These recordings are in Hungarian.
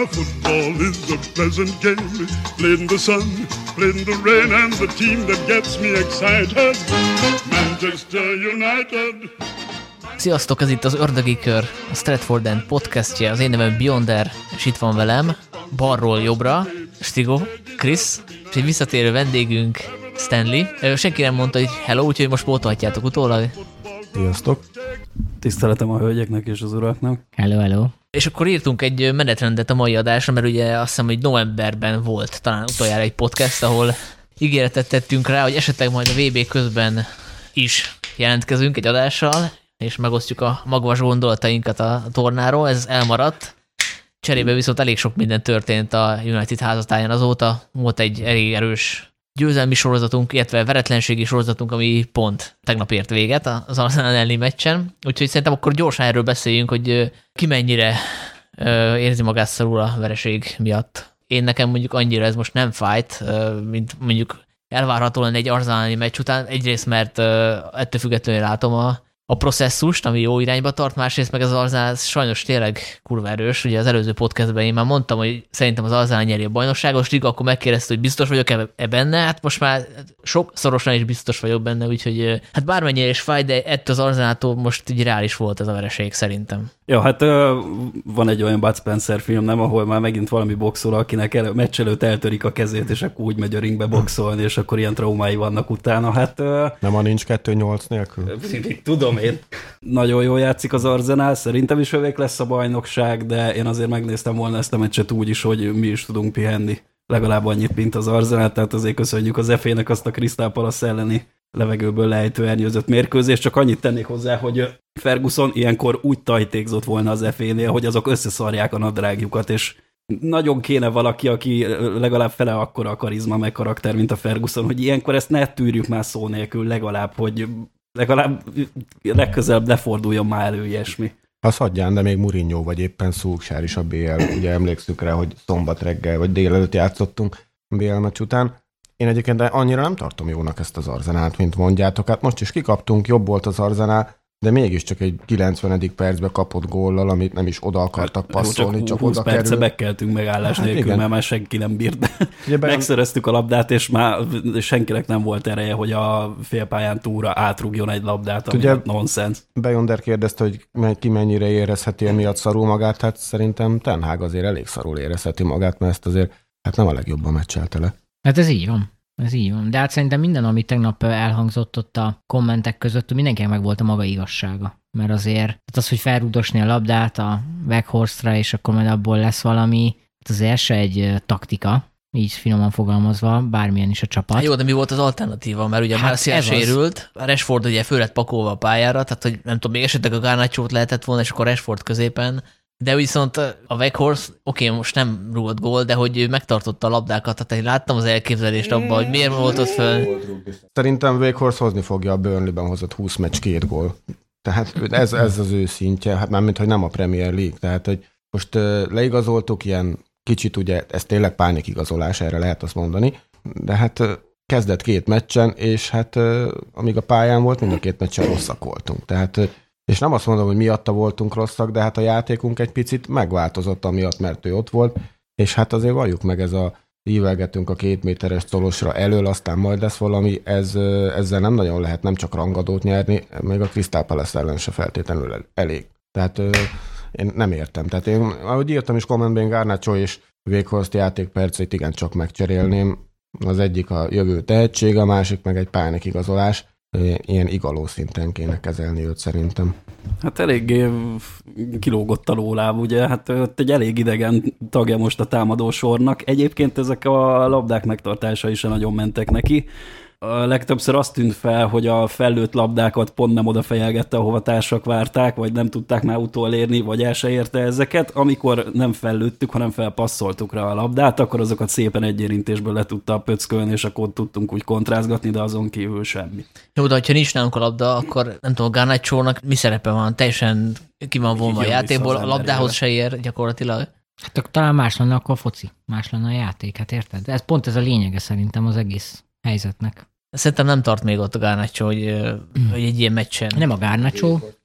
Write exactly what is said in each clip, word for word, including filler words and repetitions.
Now football is a pleasant game, played in the sun, played in the rain, and the team that gets me excited, Manchester United. Sziasztok, ez itt az Ördögi Kör, a Stratford End podcastje, az én nevem Beyonder, és itt van velem, balról jobbra, Stigo, Chris, és egy visszatérő vendégünk, Stanley. Senki nem mondta, hogy hello, úgyhogy most pótolhatjátok utólag. Sziasztok! Tiszteletem a hölgyeknek és az uraknak. Hello, hello. És akkor írtunk egy menetrendet a mai adásra, mert ugye azt hiszem, hogy novemberben volt talán utoljára egy podcast, ahol ígéretet tettünk rá, hogy esetleg majd a vé bé közben is jelentkezünk egy adással, és megosztjuk a magvas gondolatainkat a tornáról. Ez elmaradt. Cserébe viszont elég sok minden történt a United házatáján azóta. Volt egy elég erős győzelmi sorozatunk, illetve veretlenségi sorozatunk, ami pont tegnap ért véget az Arsenal elleni meccsen. Úgyhogy szerintem akkor gyorsan erről beszéljünk, hogy ki mennyire érzi magát szarul a vereség miatt. Én nekem mondjuk annyira ez most nem fájt, mint mondjuk elvárható lenne egy Arsenal meccs után. Egyrészt, mert ettől függetlenül látom a a processzust, ami jó irányba tart, másrészt meg az Arsenal sajnos tényleg kurva erős. Ugye az előző podcastben én már mondtam, hogy szerintem az Arsenal nyeri a bajnokságot, Liga akkor megkérdezte, hogy biztos vagyok-e benne, hát most már sokszorosan is biztos vagyok benne, úgyhogy hát bármennyire is fáj, de ettől az Arsenaltól most így reális volt ez a vereség szerintem. Ja, hát van egy olyan Bud Spencer film, nem, ahol már megint valami boxol, akinek elő, meccs előtt eltörik a kezét, és akkor úgy megy a ringbe boxolni, és akkor ilyen traumái vannak utána. Hát, nem a nincs kettő nyolc nélkül? Tudom én. Nagyon jól játszik az Arsenal, szerintem is övék lesz a bajnokság, de én azért megnéztem volna ezt a meccset úgy is, hogy mi is tudunk pihenni. Legalább annyit, mint az Arsenal, tehát azért köszönjük az ef ének azt a Crystal Palace elleni levegőből lejtő ernyőzött mérkőzést. Csak annyit tennék hozzá, hogy Ferguson ilyenkor úgy tajtékzott volna az ef énél, hogy azok összeszarják a nadrágjukat, és nagyon kéne valaki, aki legalább fele akkora a karizma meg karakter, mint a Ferguson, hogy ilyenkor ezt ne tűrjük már szó nélkül, legalább, hogy legalább legközelebb leforduljon már elő ilyesmi. Az hagyján, de még Mourinho vagy éppen Solskjaer is a bé el. Ugye emlékszünk rá, hogy szombat reggel vagy délelőtt játszottunk a bé el meccs után. Én egyébként annyira nem tartom jónak ezt az Arsenalt, mint mondjátok. Hát most is kikaptunk, jobb volt az Arsenal, de mégiscsak egy kilencvenedik percben kapott góllal, amit nem is oda akartak passzolni, csak, csak oda került. húsz perce bekeltünk megállás hát nélkül, igen. Mert már senki nem bírt. Be... Megszereztük a labdát, és már senkinek nem volt ereje, hogy a félpályán túlra átrugjon egy labdát, ami ugye nonsens. Beyonder kérdezte, hogy ki mennyire érezheti emiatt szarul magát, hát szerintem Ten Hag azért elég szarul érezheti magát, mert ezt azért hát nem a legjobban meccselte le. Hát ez így van. Ez így van. De hát szerintem minden, ami tegnap elhangzott ott a kommentek között, mindenkinek meg volt a maga igazsága. Mert azért hát az, hogy felrúdosni a labdát a Weghorstra, és akkor majd abból lesz valami, hát azért se egy taktika, így finoman fogalmazva, bármilyen is a csapat. Jó, de mi volt az alternatíva? Mert ugye hát Martial sérült, a Rashford ugye föl lett pakolva a pályára, tehát hogy nem tudom, még esetleg a Garnachót lehetett volna, és akkor Rashford középen. De viszont a Weghorst, oké, okay, most nem rúgott gól, de hogy ő megtartotta a labdákat, tehát én láttam az elképzelést abban, hogy miért volt ott föl. Szerintem Weghorst hozni fogja a Burnley-ben hozott húsz meccs két gól. Tehát ez, ez az ő szintje, hát mármint, hogy nem a Premier League. Tehát, hogy most uh, leigazoltuk ilyen kicsit, ugye, ez tényleg pánikigazolás, erre lehet azt mondani, de hát uh, kezdett két meccsen, és hát uh, amíg a pályán volt, mind a két meccsen rosszak voltunk. Tehát uh, és nem azt mondom, hogy miatta voltunk rosszak, de hát a játékunk egy picit megváltozott amiatt, mert ő ott volt, és hát azért valljuk meg, ez a ívelgetünk a két méteres szolosra elől, aztán majd lesz valami, ez, ezzel nem nagyon lehet nem csak rangadót nyerni, még a Crystal Palace ellen se feltétlenül elég. Tehát én nem értem. Tehát én, ahogy írtam is kommentben, Garnacho és Weghorst játékpercét igencsak megcserélném. Az egyik a jövő tehetség, a másik meg egy pánikigazolás. Ilyen igaló szinten kéne kezelni őt szerintem. Hát eléggé kilógott a lóláb, ugye, hát ott egy elég idegen tagja most a támadó sornak. Egyébként ezek a labdák megtartása is nagyon mentek neki. A legtöbbször azt tűnt fel, hogy a fellőtt labdákat pont nem oda fejelgette, ahova társak várták, vagy nem tudták már utolérni, vagy el se érte ezeket. Amikor nem fellőttük, hanem felpasszoltuk rá a labdát, akkor azokat szépen egy érintésből le tudta pöckölni, és akkor tudtunk úgy kontrázgatni, de azon kívül semmi. Jó, de ha nincs nálunk a labda, akkor nem tudom, a Garnachónak mi szerepe van? Teljesen ki van vonva a játékból, a labdához se ér gyakorlatilag. Hát talán más lenne akkor a foci, más lenne a játék, hát érted? Ez pont ez a lényege szerintem az egész helyzetnek. Szerintem nem tart még ott a Garnacho, hogy, hogy egy ilyen meccsen. Nem a Garnacho,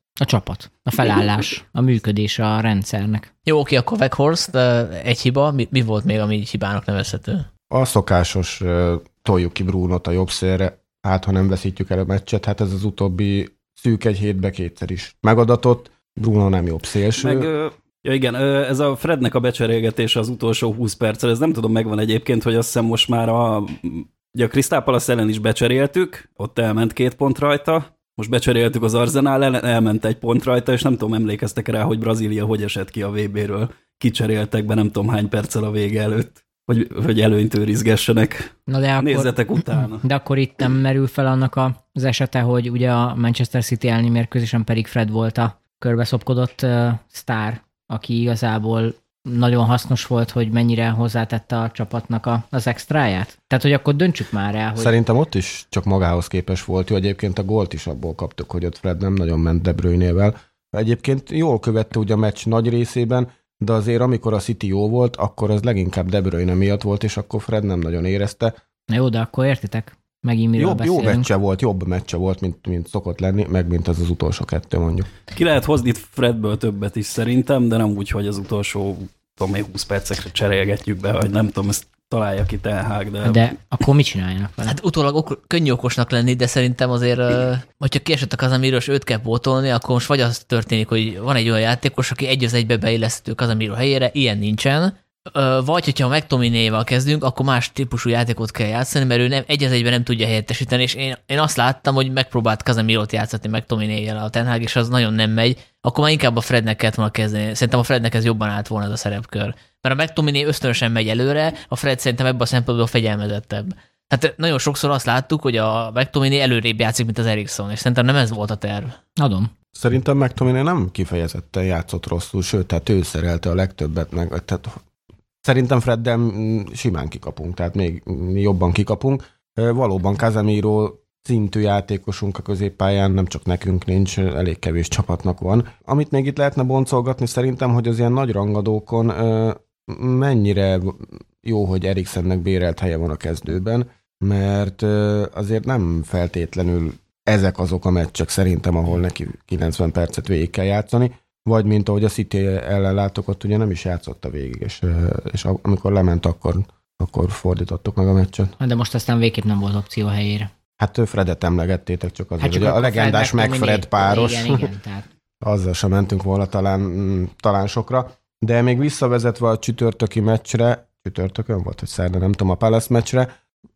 A csapat, a felállás, a működés a rendszernek. Jó, oké, akkor Weghorst, egy hiba. Mi, mi volt még, ami így hibának nevezhető? A szokásos uh, toljuk ki Brunot a jobb szélre, hát ha nem veszítjük el a meccset, hát ez az utóbbi szűk egy hétbe kétszer is megadatott. Bruno nem jobb szélső. Meg, ja igen, ez a Frednek a becserélgetése az utolsó húsz perccel, ez nem tudom, megvan egyébként, hogy azt hiszem most már a, ugye a Crystal Palace ellen is becseréltük, ott elment két pont rajta, most becseréltük az Arsenal ellen, elment egy pont rajta, és nem tudom, emlékeztek rá, hogy Brazília hogy esett ki a vé béről. Kicseréltek be nem tudom hány perccel a vége előtt, hogy, hogy előnyt őrizgessenek. Na de akkor, nézzetek utána. De akkor itt nem merül fel annak az esete, hogy ugye a Manchester City elleni mérkőzésen pedig Fred volt a körbeszopkodott uh, sztár, aki igazából nagyon hasznos volt, hogy mennyire hozzátette a csapatnak a, az extráját. Tehát, hogy akkor döntsük már el, hogy... Szerintem ott is csak magához képes volt. Jó, egyébként a gólt is abból kaptuk, hogy ott Fred nem nagyon ment De Bruynével. Egyébként jól követte ugye a meccs nagy részében, de azért amikor a City jó volt, akkor az leginkább De Bruyne miatt volt, és akkor Fred nem nagyon érezte. Na jó, de akkor értitek? Megint miről jobb, beszélünk. Jó meccse volt, jobb meccse volt, mint, mint szokott lenni, meg mint az az utolsó kettő mondjuk. Ki lehet hozni Fredből többet is szerintem, de nem úgy, hogy az utolsó tudom én, húsz percekre cserélgetjük be, vagy nem tudom, ezt találja ki Ten Hag, de... De akkor mit csináljanak vele? Hát utólag ok- könnyű okosnak lenni, de szerintem azért, hogyha kiesett a Casemiro, és őt kell pótolni, akkor most vagy az történik, hogy van egy olyan játékos, aki egy az egybe beilleszthető Casemiro helyére, ilyen nincsen, vagy hogyha a McTominayval kezdünk, akkor más típusú játékot kell játszani, mert ő nem, egy az egyben nem tudja helyettesíteni, és én, én azt láttam, hogy megpróbált Casemirot játszatni McTominayjel a Ten Hag, és az nagyon nem megy, akkor már inkább a Frednek kellett volna kezdeni. Szerintem a Frednek ez jobban állt volna ez a szerepkör. Mert a McTominay ösztönösen megy előre, a Fred szerintem ebben a szempontból fegyelmezettebb. Hát nagyon sokszor azt láttuk, hogy a McTominay előrébb játszik, mint az Erikson, és szerintem nem ez volt a terv. Adom. Szerintem McTominay nem kifejezetten játszott rosszul, sőt, tehát ő szerelte a legtöbbet, meg tehát szerintem Freddel simán kikapunk, tehát még jobban kikapunk. Valóban Casemiro szintű játékosunk a középpályán, nem csak nekünk nincs, elég kevés csapatnak van. Amit még itt lehetne boncolgatni, szerintem, hogy az ilyen nagy rangadókon mennyire jó, hogy Eriksennek bérelt helye van a kezdőben, mert azért nem feltétlenül ezek azok a meccsek szerintem, ahol neki kilencven percet végig kell játszani, vagy mint ahogy a City ellen látok, ott ugye nem is játszotta végig, és, és amikor lement, akkor, akkor fordítottuk meg a meccset. De most aztán végképp nem volt opció a helyére. Hát Fredet emlegettétek csak azért, hát csak hogy a legendás meg-Fred páros. Igen, igen, tehát. Azzal sem mentünk volna talán, talán sokra. De még visszavezetve a csütörtöki meccsre, csütörtökön volt, hogy szerda, nem tudom, a Palace meccsre,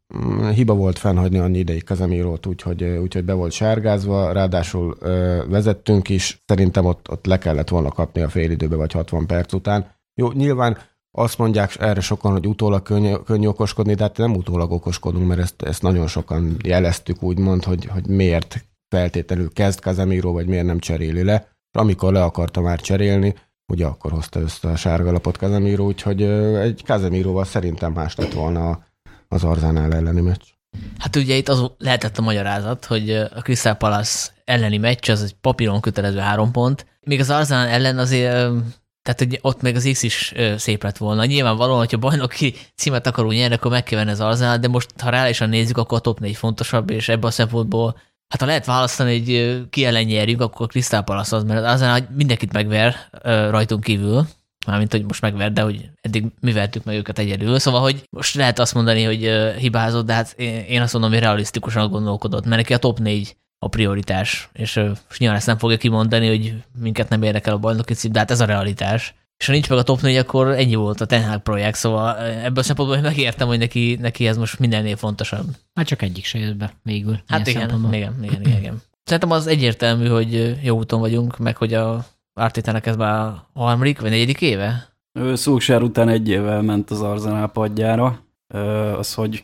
hiba volt fennhagyni annyi ideig Casemirót, úgyhogy, úgyhogy be volt sárgázva, ráadásul ö, vezettünk is, szerintem ott, ott le kellett volna kapni a félidőbe, vagy hatvan perc után. Jó, nyilván azt mondják erre sokan, hogy utólag könnyű, könnyű okoskodni, de hát nem utólag okoskodunk, mert ezt, ezt nagyon sokan jeleztük úgymond, hogy, hogy miért feltétlenül kezd Casemiro, vagy miért nem cseréli le. Amikor le akarta már cserélni, ugye akkor hozta össze a sárgalapot Casemiro, úgyhogy egy Casemiroval szerintem más lett volna az Arsenal elleni meccs. Hát ugye itt az lehetett a magyarázat, hogy a Crystal Palace elleni meccs, az egy papíron kötelező három pont, még az Arsenal ellen azért, tehát hogy ott még az X is szép lett volna. Nyilvánvalóan, hogyha bajnoki címet akarunk nyerni, akkor meg kell venni az Arsenal, de most, ha reálisan nézzük, akkor a top négy fontosabb, és ebben a szempontból, hát ha lehet választani, hogy ki ellen nyerjünk, akkor a Crystal Palace az, mert az Arsenal mindenkit megver rajtunk kívül, mármint, hogy most megver, de hogy eddig mi vertük meg őket egyedül. Szóval, hogy most lehet azt mondani, hogy hibázott, de hát én azt mondom, hogy realisztikusan gondolkodott, mert neki a top négy a prioritás, és, és nyilván ezt nem fogja kimondani, hogy minket nem érdekel a bajnoki cím, de hát ez a realitás. És ha nincs meg a top négy, akkor ennyi volt a Ten Hag projekt, szóval ebből a szempontból megértem, hogy neki, neki ez most mindennél fontosabb. Hát csak egyik se jött be végül. Hát igen, igen, igen, igen, igen. Szerintem az egyértelmű, hogy jó úton vagyunk, meg hogy a Artétának ez már a harmadik vagy negyedik éve? Ő Solskjaer után egy évvel ment az Arsenal padjára. Az, hogy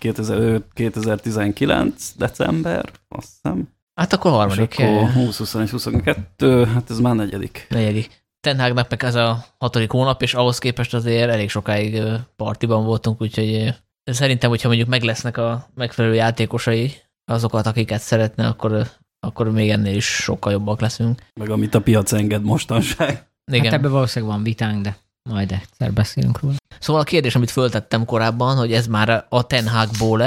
kétezer-tizenkilenc december, azt hiszem. Hát akkor harmadik. És akkor húsz huszonegy huszonkettő, hát ez már negyedik. Negyedik. Ten Hagnak meg ez a hatodik hónap, és ahhoz képest azért elég sokáig partiban voltunk, úgyhogy szerintem, hogyha mondjuk meg lesznek a megfelelő játékosai, azokat, akiket szeretne, akkor, akkor még ennél is sokkal jobbak leszünk. Meg amit a piac enged mostanság. Igen. Hát ebben valószínűleg van vitánk, de majd egyszer beszélünk róla. Szóval a kérdés, amit föltettem korábban, hogy ez már a Ten Hagból-e,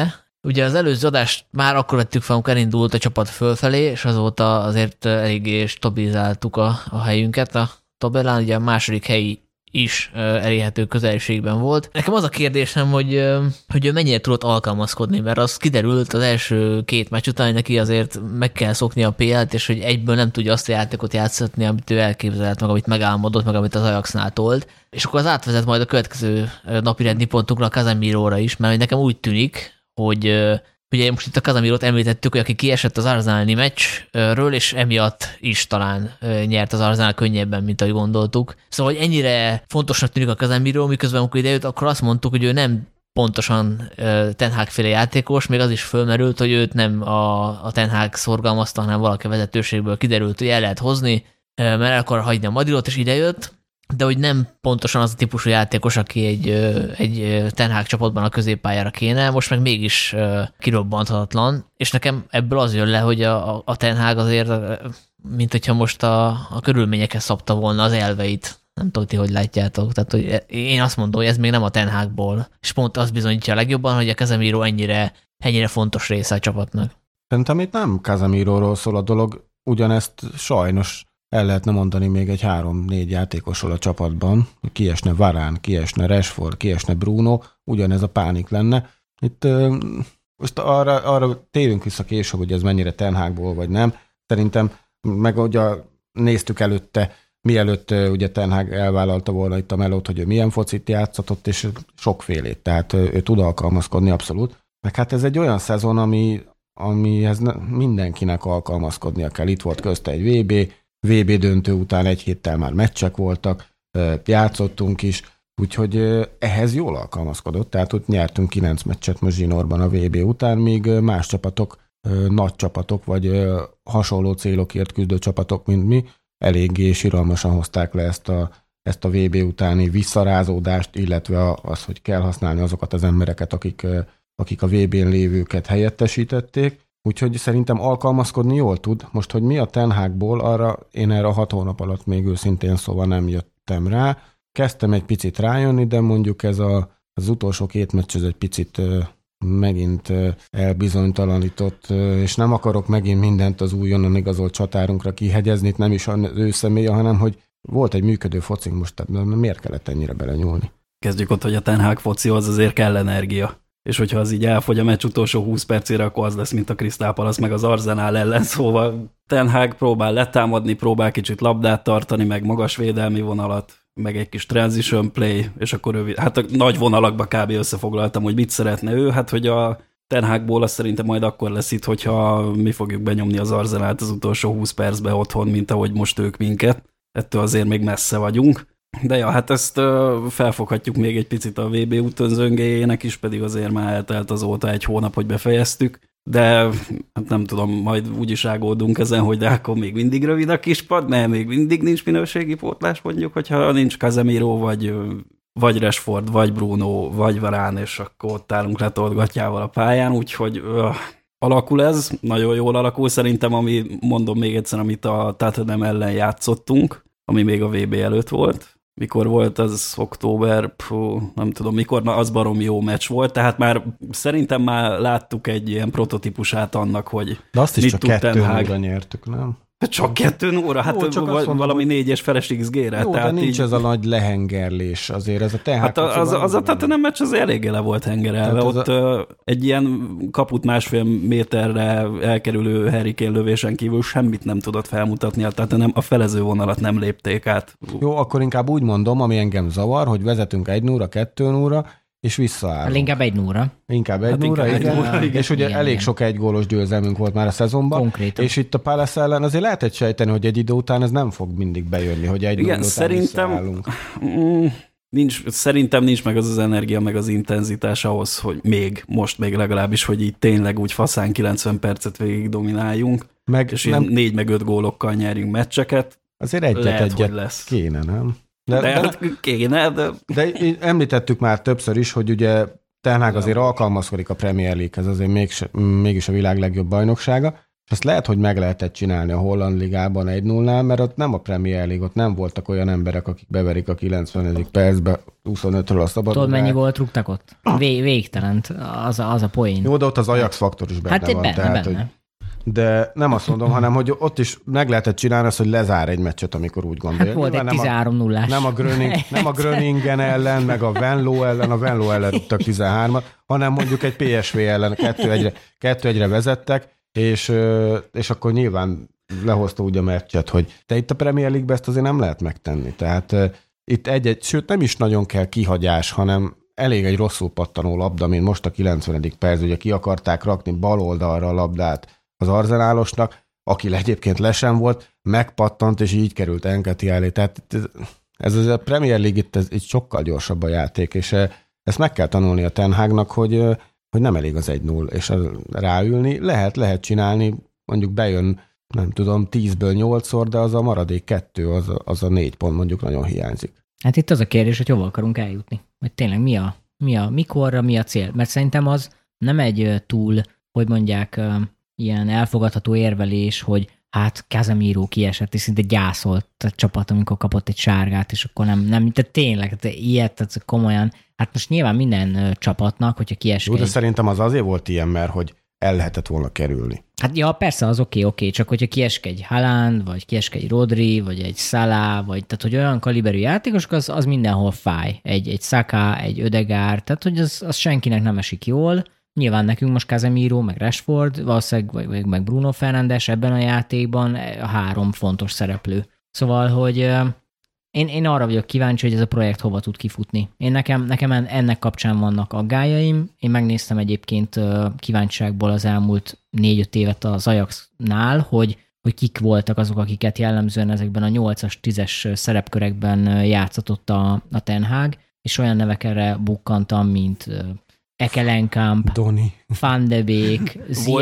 Ugye az előző adást már akkor vettük fel, amikor elindult a csapat fölfelé, és azóta azért eléggé stabilizáltuk a, a helyünket a tabellán, ugye a második hely is elérhető közeliségben volt. Nekem az a kérdésem, hogy, hogy ő mennyire tudott alkalmazkodni, mert az kiderült az első két meccs után, hogy neki azért meg kell szokni a pé el-t, és hogy egyből nem tudja azt a játékot játszatni, amit ő elképzelt, meg amit megálmodott, meg amit az Ajaxnál tolt. És akkor az átvezet majd a következő napi rendi pontunkra, a Casemiróra is, mert nekem úgy tűnik, hogy ugye most itt a Casemirót említettük, hogy aki kiesett az arzenálni meccsről, és emiatt is talán nyert az Arsenal könnyebben, mint ahogy gondoltuk. Szóval, hogy ennyire fontosnak tűnik a Casemiro, miközben amikor idejött, akkor azt mondtuk, hogy ő nem pontosan Ten Hag-féle játékos, még az is fölmerült, hogy őt nem a, a Ten Hag szorgalmazta, hanem valaki vezetőségből kiderült, hogy el lehet hozni, mert el akar hagyni a Madridot, és idejött, de hogy nem pontosan az a típusú játékos, aki egy, egy Ten Hag csapatban a középpályára kéne, most meg mégis kirobbanthatatlan, és nekem ebből az jön le, hogy a, a Ten Hag azért, mint hogyha most a, a körülményekhez szabta volna az elveit. Nem tudom, ti hogy látjátok. Tehát, hogy én azt mondom, hogy ez még nem a Ten Hagból. És pont azt bizonyítja a legjobban, hogy a Casemiro ennyire, ennyire fontos része a csapatnak. Szerintem itt nem Casemiróról szól a dolog, ugyanezt sajnos el lehetne mondani még egy három-négy játékosról a csapatban, kiesne Varane, kiesne Rashford, kiesne Bruno, ugyanez a pánik lenne. Itt most arra, arra térünk vissza később, hogy ez mennyire Ten Hagból vagy nem. Szerintem meg ugye néztük előtte, mielőtt ugye Ten Hag elvállalta volna itt a melót, hogy ő milyen focit játszatott, és sokfélét, tehát ő tud alkalmazkodni abszolút. Meg hát ez egy olyan szezon, ami, amihez mindenkinek alkalmazkodnia kell. Itt volt közte egy vé bé, vé bé döntő után egy héttel már meccsek voltak, játszottunk is, úgyhogy ehhez jól alkalmazkodott, tehát ott nyertünk kilenc meccset most zsinórban a vé bé után, míg más csapatok, nagy csapatok, vagy hasonló célokért küzdő csapatok, mint mi, eléggé siralmasan hozták le ezt a, ezt a vé bé utáni visszarázódást, illetve az, hogy kell használni azokat az embereket, akik, akik a vé bén lévőket helyettesítették. Úgyhogy szerintem alkalmazkodni jól tud. Most, hogy mi a Ten Hagból, arra én erre a hat hónap alatt még őszintén szóval nem jöttem rá. Kezdtem egy picit rájönni, de mondjuk ez a, az utolsó két meccs ez egy picit uh, megint uh, elbizonytalanított, uh, és nem akarok megint mindent az újonnan igazolt csatárunkra kihegyezni, itt nem is az ő személye, hanem hogy volt egy működő focink most, tehát miért kellett ennyire belenyúlni? Kezdjük ott, hogy a Ten Hag focihoz azért kell energia. És hogyha az így elfogy a meccs utolsó húsz percére, akkor az lesz, mint a Crystal Palace meg az Arsenal ellen. Szóval Ten Hag próbál letámadni, próbál kicsit labdát tartani, meg magas védelmi vonalat, meg egy kis transition play, és akkor ő, hát a nagy vonalakba kb. Összefoglaltam, hogy mit szeretne ő, hát hogy a Ten Hagból az szerintem majd akkor lesz itt, hogyha mi fogjuk benyomni az Arsenalt az utolsó húsz percben otthon, mint ahogy most ők minket. Ettől azért még messze vagyunk. De ja, hát ezt uh, felfoghatjuk még egy picit a vé bé útönzöngéjének is, pedig azért már eltelt azóta egy hónap, hogy befejeztük. De hát nem tudom, majd úgy is ágódunk ezen, hogy de akkor még mindig rövid a kispad, mert még mindig nincs minőségi pótlás, mondjuk, hogyha nincs Casemiro, vagy, vagy Rashford, vagy Bruno, vagy Varane, és akkor ott állunk letolgatjával a pályán, úgyhogy uh, alakul ez, nagyon jól alakul. Szerintem, ami, mondom még egyszer, amit a Tottenham ellen játszottunk, ami még a vé bé előtt volt, mikor volt az október, pfú, nem tudom mikor, na az barom jó meccs volt, tehát már szerintem már láttuk egy ilyen prototípusát annak, hogy de azt is mit csak tud Ten Hag. kettő nyertük, nem? Csak kettő óra? Hát jó, csak val- mondom, valami négyes feles iksz gére. Jó, tehát de nincs így... ez a nagy lehengerlés azért, ez a Ten Hag. Hát az, az, az a Tottenham meccs az eléggé le volt hengerelve. Ott a... egy ilyen kaput másfél méterre elkerülő Harry Kane lövésen kívül semmit nem tudott felmutatni, tehát nem, a felező vonalat nem lépték át. Jó, akkor inkább úgy mondom, ami engem zavar, hogy vezetünk egy nulla, kettő nulla, és visszaállunk. Inkább egy nulla. Inkább egy hát nulla, inkább igen. egy nulla, igen. És ugye igen, elég igen. sok sok egygólos győzelmünk volt már a szezonban. Konkrétan. És itt a Palace ellen azért lehetett sejteni, hogy egy idő után ez nem fog mindig bejönni, hogy egy nulla után szerintem, visszaállunk. Mm, nincs, szerintem nincs meg az az energia, meg az intenzitás ahhoz, hogy még, most még legalábbis, hogy így tényleg úgy faszán kilencven percet végig domináljunk, Meg és nem, ilyen négy meg öt gólokkal nyerjünk meccseket. azért egyet, lehet, egyet hogy lesz. kéne, nem? De, De, de, de, hát kéne, de... de említettük már többször is, hogy ugye Ten Hag azért alkalmazkodik a Premier League-hez, azért mégis, mégis a világ legjobb bajnoksága, És azt lehet, hogy meg lehetett csinálni a Holland Ligában egy nullnál, mert ott nem a Premier League, ott nem voltak olyan emberek, akik beverik a kilencvenedik percbe huszonötről a szabadrugás. Tudod, mennyi gólt rúgtak ott? Vé- végtelen, az a, az a poén. Jó, de ott az Ajax faktor is benne hát van. Benne, tehát, benne. Hogy, de nem azt mondom, hanem hogy ott is meg lehetett csinálni azt, hogy lezár egy meccset, amikor úgy gondolja. Hát volt egy tizenhárom nullás. Nem a, Gröning, nem a Gröningen ellen, meg a Venlo ellen, a Venlo ellen rúgtak tizenhármat, hanem mondjuk egy pé es vé ellen kettő egyre, kettő egyre vezettek, és, és akkor nyilván lehozta úgy a meccset, hogy te itt a Premier League-ben ezt azért nem lehet megtenni. Tehát itt egy-egy, sőt nem is nagyon kell kihagyás, hanem elég egy rosszul pattanó labda, mint most a kilencvenedik perc, ugye ki akarták rakni bal oldalra a labdát az arzenálosnak, aki egyébként le sem volt, megpattant, és így került Enketi elé. Tehát ez az a Premier League itt, ez, itt sokkal gyorsabb a játék, és ezt meg kell tanulni a Ten Hagnak, hogy, hogy nem elég az egy null, és ráülni. Lehet, lehet csinálni, mondjuk bejön, nem tudom, tízből nyolcszor, de az a maradék kettő, az a, az a négy pont mondjuk nagyon hiányzik. Hát itt az a kérdés, hogy hova akarunk eljutni. Hogy tényleg mi a, mi a mikorra, mi a cél. Mert szerintem az nem egy túl, hogy mondják, ilyen elfogadható érvelés, hogy hát Casemiro kiesett, és szinte gyászolt a csapat, amikor kapott egy sárgát, és akkor nem, nem tehát tényleg, tehát ilyet, tehát komolyan. Hát most nyilván minden csapatnak, hogyha kiesik. Jó, de egy... szerintem az azért volt ilyen, mert hogy el lehetett volna kerülni. Hát ja, persze, az oké, okay, oké, okay, csak hogyha kiesik egy Haaland, vagy kiesik egy Rodri, vagy egy Salah, vagy tehát, hogy olyan kaliberű játékosok, az, az mindenhol fáj. Egy, egy Saka, egy Ödegaard, tehát, hogy az, az senkinek nem esik jól. Nyilván nekünk most Casemiro, meg Rashford, valószínűleg, vagy, meg Bruno Fernandes ebben a játékban a három fontos szereplő. Szóval, hogy én, én arra vagyok kíváncsi, hogy ez a projekt hova tud kifutni. Én nekem, nekem ennek kapcsán vannak aggájaim. Én megnéztem egyébként kíváncsiságból az elmúlt négy-öt évet az Ajaxnál, hogy, hogy kik voltak azok, akiket jellemzően ezekben a nyolcas, tízes szerepkörekben játszott a, a Ten Hag, és olyan nevekre bukkantam, mint Ekelenkamp, Doni, Van de Beek,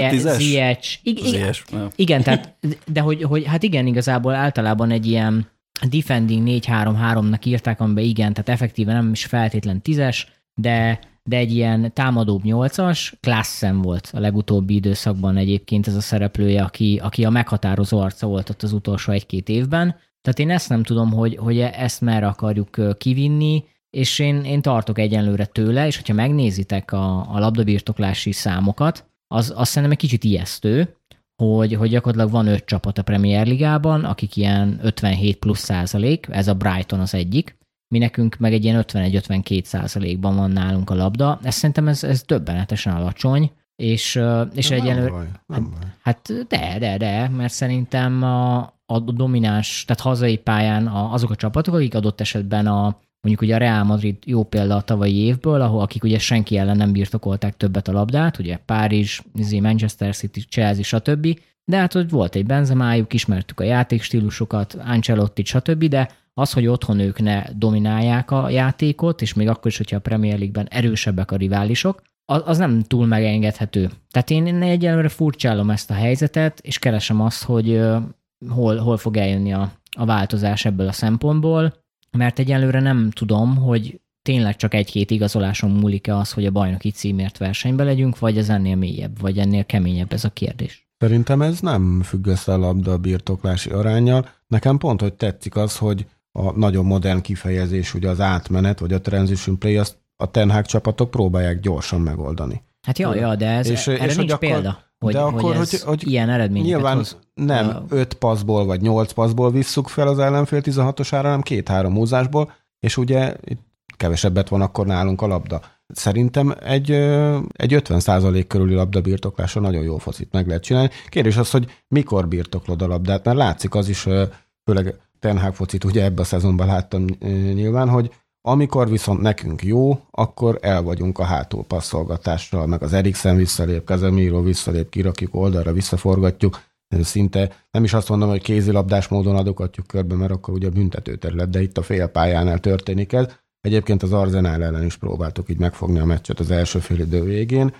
Ziyech. Igen, igen, tehát, de hogy, hogy hát igen, igazából általában egy ilyen defending négy három háromnak írták, amiben igen, tehát effektíven nem is feltétlen tízes, de, de egy ilyen támadóbb nyolcas, Klassen volt a legutóbbi időszakban egyébként ez a szereplője, aki, aki a meghatározó arca volt ott az utolsó egy-két évben. Tehát én ezt nem tudom, hogy, hogy ezt merre akarjuk kivinni, és én, én tartok egyenlőre tőle, és hogyha megnézitek a, a labdabirtoklási számokat, az, az szerintem egy kicsit ijesztő, hogy, hogy gyakorlatilag van öt csapat a Premier Ligában, akik ilyen ötvenhét plusz százalék, ez a Brighton az egyik, mi nekünk meg egy ilyen ötvenegy-ötvenkét százalékban van nálunk a labda. Ez szerintem ez, ez döbbenetesen alacsony, és, és egyenlőre... Baj, nem baj. Hát de, de, de, mert szerintem a, a domináns, tehát hazai pályán a, azok a csapatok, akik adott esetben a mondjuk ugye a Real Madrid jó példa a tavalyi évből, ahol akik ugye senki ellen nem birtokolták többet a labdát, ugye Párizs, Manchester City, Chelsea, stb. De hát hogy volt egy Benzemájuk, ismertük a játékstílusokat, Ancelotti, stb. De az, hogy otthon ők ne dominálják a játékot, és még akkor is, hogyha a Premier League-ben erősebbek a riválisok, az, az nem túl megengedhető. Tehát én egyelőre furcsálom ezt a helyzetet, és keresem azt, hogy uh, hol, hol fog eljönni a, a változás ebből a szempontból, mert egyelőre nem tudom, hogy tényleg csak egy-két igazoláson múlik-e az, hogy a bajnoki címért versenybe legyünk, vagy ez ennél mélyebb, vagy ennél keményebb ez a kérdés. Szerintem ez nem függ össze a labda birtoklási aránnyal. Nekem pont, hogy tetszik az, hogy a nagyon modern kifejezés, ugye az átmenet, vagy a transition play, azt a Ten Hag csapatok próbálják gyorsan megoldani. Hát ja, ja, de ez, és, erre és nincs akkor, példa, hogy, de akkor, hogy ez hogy, hogy ilyen eredményeket nyilván hoz. nem a... öt passzból, vagy nyolc passzból visszük fel az ellenfél tizenhatosára, hanem két-három húzásból, és ugye itt kevesebbet van akkor nálunk a labda. Szerintem egy, egy ötven százalék körüli labdabirtoklásra nagyon jó focit meg lehet csinálni. Kérdés az, hogy mikor birtoklod a labdát, mert látszik az is, főleg Ten Hag focit ugye ebben a szezonban láttam nyilván, hogy amikor viszont nekünk jó, akkor el vagyunk a hátul passzolgatással, meg az Eriksen visszalép, Casemiro visszalép, kirakjuk oldalra, visszaforgatjuk, szinte nem is azt mondom, hogy kézilabdás módon adogatjuk körbe, mert akkor ugye büntetőterület, de itt a félpályánál történik ez. Egyébként az Arsenal ellen is próbáltuk így megfogni a meccset az első fél idő végén,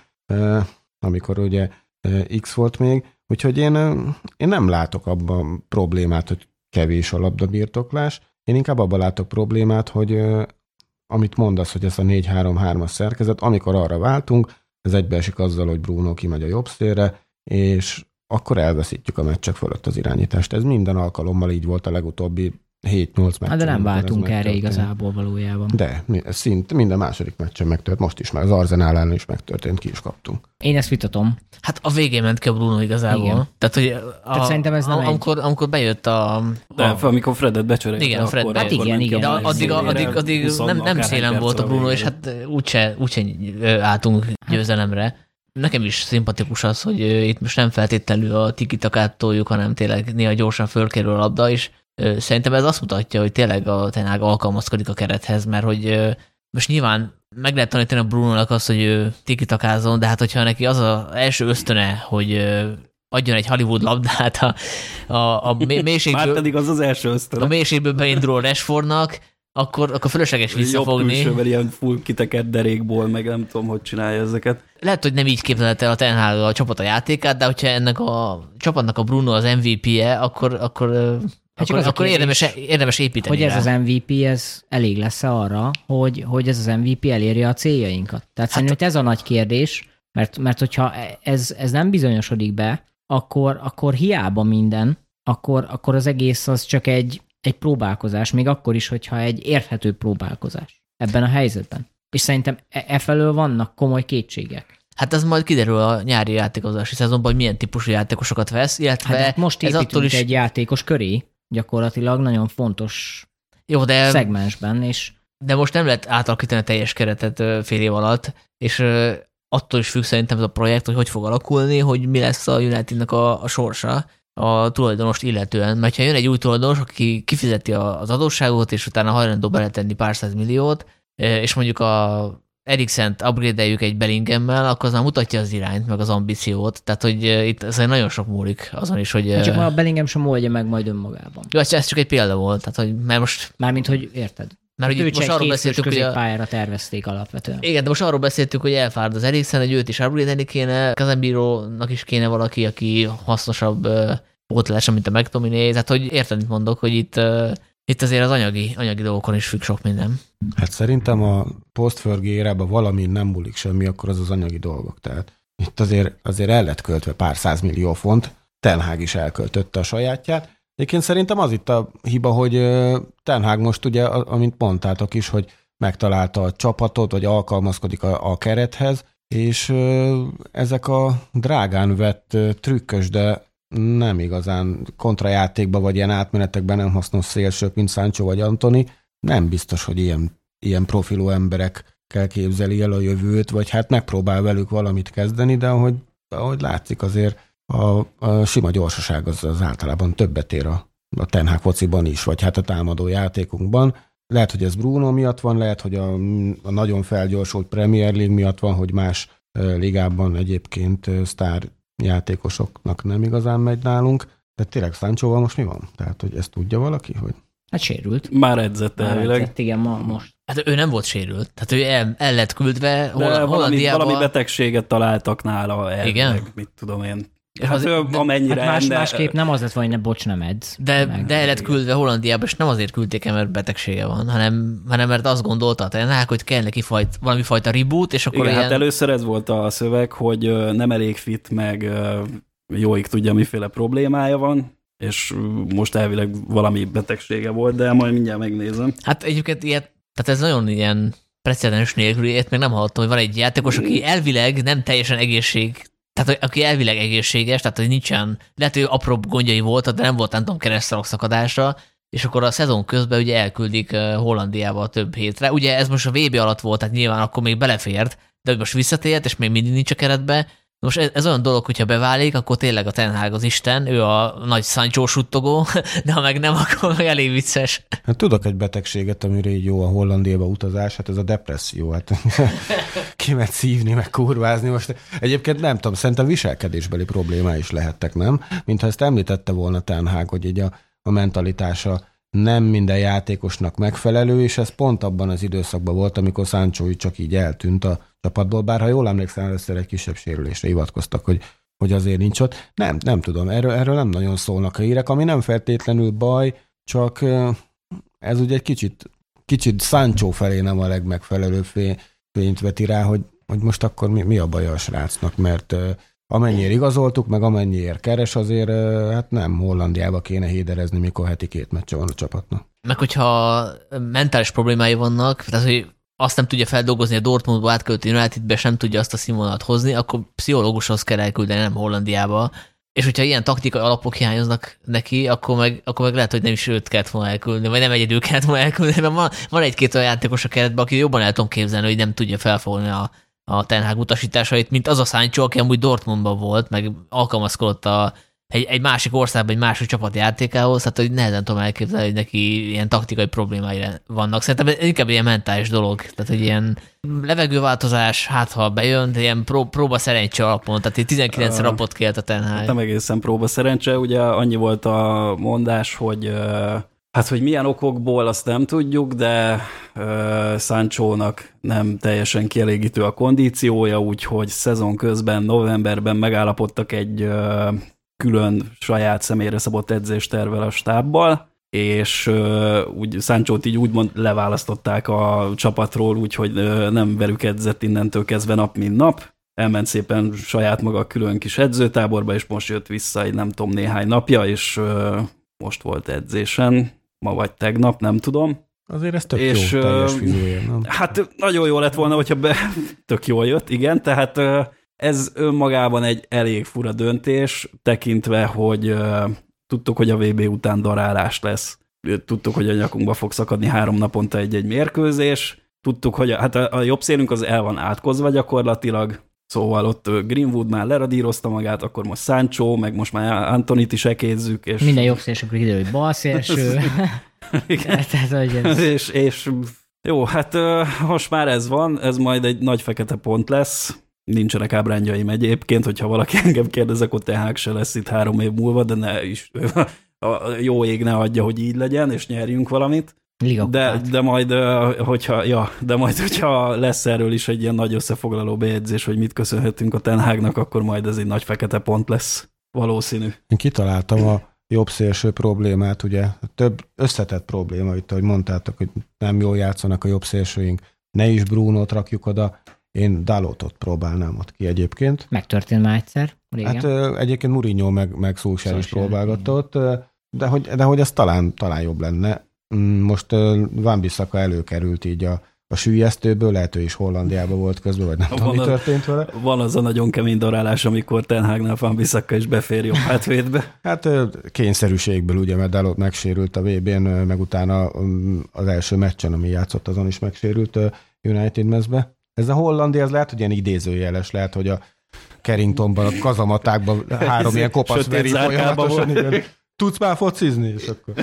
amikor ugye X volt még, úgyhogy én, én nem látok abban problémát, hogy kevés a labdabirtoklás. Én inkább abban látok problémát, hogy amit mondasz, hogy ez a négy három hármas szerkezet, amikor arra váltunk, ez egybeesik azzal, hogy Bruno kimegy a jobb szélre, és akkor elveszítjük a meccsek fölött az irányítást. Ez minden alkalommal így volt a legutóbbi hét-nyolc meccsen. Hát de nem váltunk erre igazából valójában. De szint minden második meccsen megtört, most is már az Arsenal ellen is megtörtént, ki is kaptunk. Én ezt vitatom. Hát a végén ment ki a Bruno igazából. Igen. Tehát, hogy a, Tehát szerintem ez nem a, amikor, egy... amikor bejött a... De a, amikor Fredet becserélte. Igen, Fred akkor, hát igen, igen. De addig, addig, addig nem, nem szélen volt a Bruno, és hát úgyse, úgyse álltunk győzelemre. Nekem is szimpatikus az, hogy itt most nem feltétlenül a tikitakát toljuk, hanem tényleg néha gyorsan fölkerül a labda is. Szerintem ez azt mutatja, hogy tényleg a Ten Hag alkalmazkodik a kerethez, mert hogy most nyilván meg lehet tanítani a Brunónak azt, hogy ő tikitakázzon, de hát hogyha neki az az első ösztöne, hogy adjon egy Hollywood labdát a, a, a mélységből... Már pedig az az első ösztöne. A mélységből beinduló Rashfordnak, akkor, akkor fölösleges visszafogni. Jobb külsővel ilyen full kitekert derékból, meg nem tudom, hogy csinálja ezeket. Lehet, hogy nem így képzelte a Ten Hag a csapat a játékát, de hogyha ennek a csapatnak a Bruno az em vé pé-je, akkor, akkor, hát akkor, akkor érdemes, érdemes építeni hogy rá. Ez az em vé pé, ez elég lesz arra, hogy, hogy ez az em vé pé elérje a céljainkat. Tehát hát szerintem ez a nagy kérdés, mert, mert hogyha ez, ez nem bizonyosodik be, akkor, akkor hiába minden, akkor, akkor az egész az csak egy egy próbálkozás, még akkor is, hogyha egy érthető próbálkozás ebben a helyzetben. És szerintem e, e felől vannak komoly kétségek. Hát ez majd kiderül a nyári játékozási szezonban, hogy milyen típusú játékosokat vesz, illetve hát most ez attól is... egy játékos köré, gyakorlatilag nagyon fontos Jó, de... szegmensben, és... De most nem lehet átalakítani a teljes keretet fél év alatt, és attól is függ szerintem ez a projekt, hogy hogy fog alakulni, hogy mi lesz a Unitednek a, a sorsa a tulajdonost illetően. Mert ha jön egy új tulajdonos, aki kifizeti az adósságot, és utána hajlandó beletenni pár száz milliót, és mondjuk a Eriksent upgrade-eljük egy Bellinghemmel, akkor az már mutatja az irányt, meg az ambíciót. Tehát, hogy itt ez nagyon sok múlik azon is, hogy... Csak már a Bellingham sem oldja meg majd önmagában. Jó, ez csak egy példa volt. Tehát, hogy mert most... Mármint, hogy érted? Mert hogy most arról beszéltük, hogy a pályára tervezték alapvetően. Igen, de most arról beszéltük, hogy elfárad az Eriksen, hogy őt is upgrade-elni kéne, Casemiro-nak is kéne valaki, aki hasznosabb pótlása, mint a McTominay. Tehát, hogy érted, mit mondok, hogy itt, itt azért az anyagi, anyagi dolgokon is függ sok minden. Hát szerintem a post-Fergie érában valami nem múlik semmi, akkor az az anyagi dolgok. Tehát itt azért, azért el lett költve pár százmillió font, Ten Hag is elköltötte a sajátját. Egyébként szerintem az itt a hiba, hogy Ten Hag most ugye, amint mondtátok is, hogy megtalálta a csapatot, vagy alkalmazkodik a, a kerethez, és ezek a drágán vett trükkös, de nem igazán kontrajátékban, vagy ilyen átmenetekben nem hasznos szélsők, mint Sancho vagy Antony, nem biztos, hogy ilyen, ilyen profilú emberekkel képzeli el a jövőt, vagy hát megpróbál velük valamit kezdeni, de ahogy, ahogy látszik azért a, a sima gyorsaság az, az általában többet ér a, a Ten Hag fociban is, vagy hát a támadó játékunkban. Lehet, hogy ez Bruno miatt van, lehet, hogy a, a nagyon felgyorsult Premier League miatt van, hogy más uh, ligában egyébként uh, sztár játékosoknak nem igazán megy nálunk. De tényleg Sanchoval most mi van? Tehát, hogy ezt tudja valaki, hogy... Hát sérült. Már edzett elvileg. Edzett, igen, ma, most. Hát ő nem volt sérült. Tehát ő el, el lett küldve. Hol, valami, valami betegséget találtak nála elvileg, igen? Mit tudom én. Hát az, ő, amennyire hát más, enne... másképp nem az lett volna, hogy ne bocs, nem edz. De, meg, de el lett küldve Hollandiába, és nem azért küldték el, mert betegsége van, hanem, hanem mert azt gondolta a Ten Hag, hogy kell neki fajt, valami fajta reboot, és akkor igen, ilyen... hát először ez volt a szöveg, hogy nem elég fit, meg jóig tudja, miféle problémája van, és most elvileg valami betegsége volt, de majd mindjárt megnézem. Hát egyébként ilyet, tehát ez nagyon ilyen precedens nélkül, ilyet még nem hallottam, hogy van egy játékos, aki elvileg nem teljesen egészség, tehát aki elvileg egészséges, tehát hogy nincsen, lehet, hogy apróbb gondjai voltak, de nem volt, nem tudom, keresztalak szakadása, és akkor a szezon közben ugye elküldik Hollandiába több hétre. Ugye ez most a vé bé alatt volt, tehát nyilván akkor még belefért, de hogy most visszatért, és még mindig nincs a keretbe. Most ez, ez olyan dolog, hogyha beválik, akkor tényleg a Ten Hag az Isten, ő a nagy Sancho suttogó, de ha meg nem, akkor meg elég vicces. Hát tudok egy betegséget, amire így jó a Hollandiába utazás, hát ez a depresszió, hát kimet szívni, meg kurvázni. Most egyébként nem tudom, szerintem viselkedésbeli problémái is lehettek, nem? Mintha ezt említette volna Ten Hag, hogy így a, a mentalitása nem minden játékosnak megfelelő, és ez pont abban az időszakban volt, amikor Sancho csak így eltűnt a csapatból, bár ha jól emlékszem, először egy kisebb sérülésre hivatkoztak, hogy, hogy azért nincs ott. Nem, nem tudom, erről, erről nem nagyon szólnak a hírek, ami nem feltétlenül baj, csak ez ugye egy kicsit, kicsit Sancho felé nem a legmegfelelőbb fényt veti rá, hogy, hogy most akkor mi, mi a baj a srácnak, mert amennyiért igazoltuk, meg amennyiért keres, azért hát nem Hollandiába kéne héderezni, mikor heti két meccse van a csapatnak. Meg hogyha mentális problémái vannak, tehát hogy azt nem tudja feldolgozni a Dortmundba átköltő Unitedbe, sem tudja azt a színvonalat hozni, akkor pszichológushoz kell elküldeni, nem Hollandiába. És hogyha ilyen taktikai alapok hiányoznak neki, akkor meg, akkor meg lehet, hogy nem is őt kellett volna elküldeni, vagy nem egyedül kellett volna elküldeni, mert van, van egy-két olyan játékos a keretben, aki jobban el tudom képzelni, hogy nem tudja felfogni a, a Ten Hag utasításait, mint az a Sancho, aki amúgy Dortmundban volt, meg alkalmazkodott a, egy, egy másik országban, egy másik csapat játékához, tehát hogy nehezen tudom elképzelni, hogy neki ilyen taktikai problémái vannak. Szerintem inkább ilyen mentális dolog, tehát hogy ilyen levegőváltozás, hát ha bejön, de ilyen pró- próba szerencse alapon, tehát egy tizenkilencszer rapot kért a Ten Hag. Nem egészen próba szerencse, ugye annyi volt a mondás, hogy hát, hogy milyen okokból, azt nem tudjuk, de uh, Sanchónak nem teljesen kielégítő a kondíciója, úgyhogy szezon közben, novemberben megállapodtak egy uh, külön saját személyre szabott edzéstervvel a stábbal, és uh, úgy Sanchót így úgymond leválasztották a csapatról, úgyhogy uh, nem velük edzett innentől kezdve nap, mint nap. Elment szépen saját maga külön kis edzőtáborba, és most jött vissza egy nem tudom néhány napja, és uh, most volt edzésen, ma vagy tegnap, nem tudom. Azért ez tök és, jó, teljes fizújér, nem? Hát nagyon jó lett volna, hogyha be, tök jól jött, igen, tehát ez önmagában egy elég fura döntés, tekintve, hogy tudtuk, hogy a vé bé után darálás lesz. Tudtuk, hogy a nyakunkba fog szakadni három naponta egy-egy mérkőzés. Tudtuk, hogy a, hát a, a jobb szélünk az el van átkozva gyakorlatilag, szóval ott Greenwood már leradírozta magát, akkor most Sancho, meg most már Antonit is ekézzük. És... Minden jobb szélsőkről kiderül, hogy bal szélső. Tehát, hogy ez... és, és jó, hát most már ez van, ez majd egy nagy fekete pont lesz. Nincsenek ábrányjaim egyébként, hogyha valaki engem kérdez, akkor Ten Hag se lesz itt három év múlva, de ne is, a jó ég ne adja, hogy így legyen, és nyerjünk valamit. De, de majd, hogyha, ja, de majd, hogyha lesz erről is egy ilyen nagy összefoglaló bejegyzés, hogy mit köszönhetünk a Ten Hagnak, akkor majd ez egy nagy fekete pont lesz. Valószínű. Én kitaláltam a jobb szélső problémát, ugye több összetett probléma, itt, ahogy mondtátok, hogy nem jól játszanak a jobb szélsőink, ne is Brunót rakjuk oda, én Dalotot próbálnám ott ki egyébként. Megtörtént már egyszer, régen. Hát egyébként Mourinho meg, meg Solskjaer is próbálgatta ott, de hogy, de hogy ez talán, talán jobb lenne. Most Wan-Bissaka előkerült így a, a süllyesztőből, lehet ő is Hollandiában volt közben, vagy nem van tudom, mi történt vele. Van az a nagyon kemény darálás, amikor Ten Hagnál Wan-Bissaka is befér jobb hátvédbe. Hát kényszerűségből, ugye, mert Dalot megsérült a vé bén, meg utána az első meccsen, ami játszott, azon is megsérült United mezbe. Ez a Hollandia, az lehet, hogy ilyen idézőjeles, lehet, hogy a Carringtonban, a kazamatákban három ilyen kopasz veri folyamatosan. Tudsz már focizni? És akkor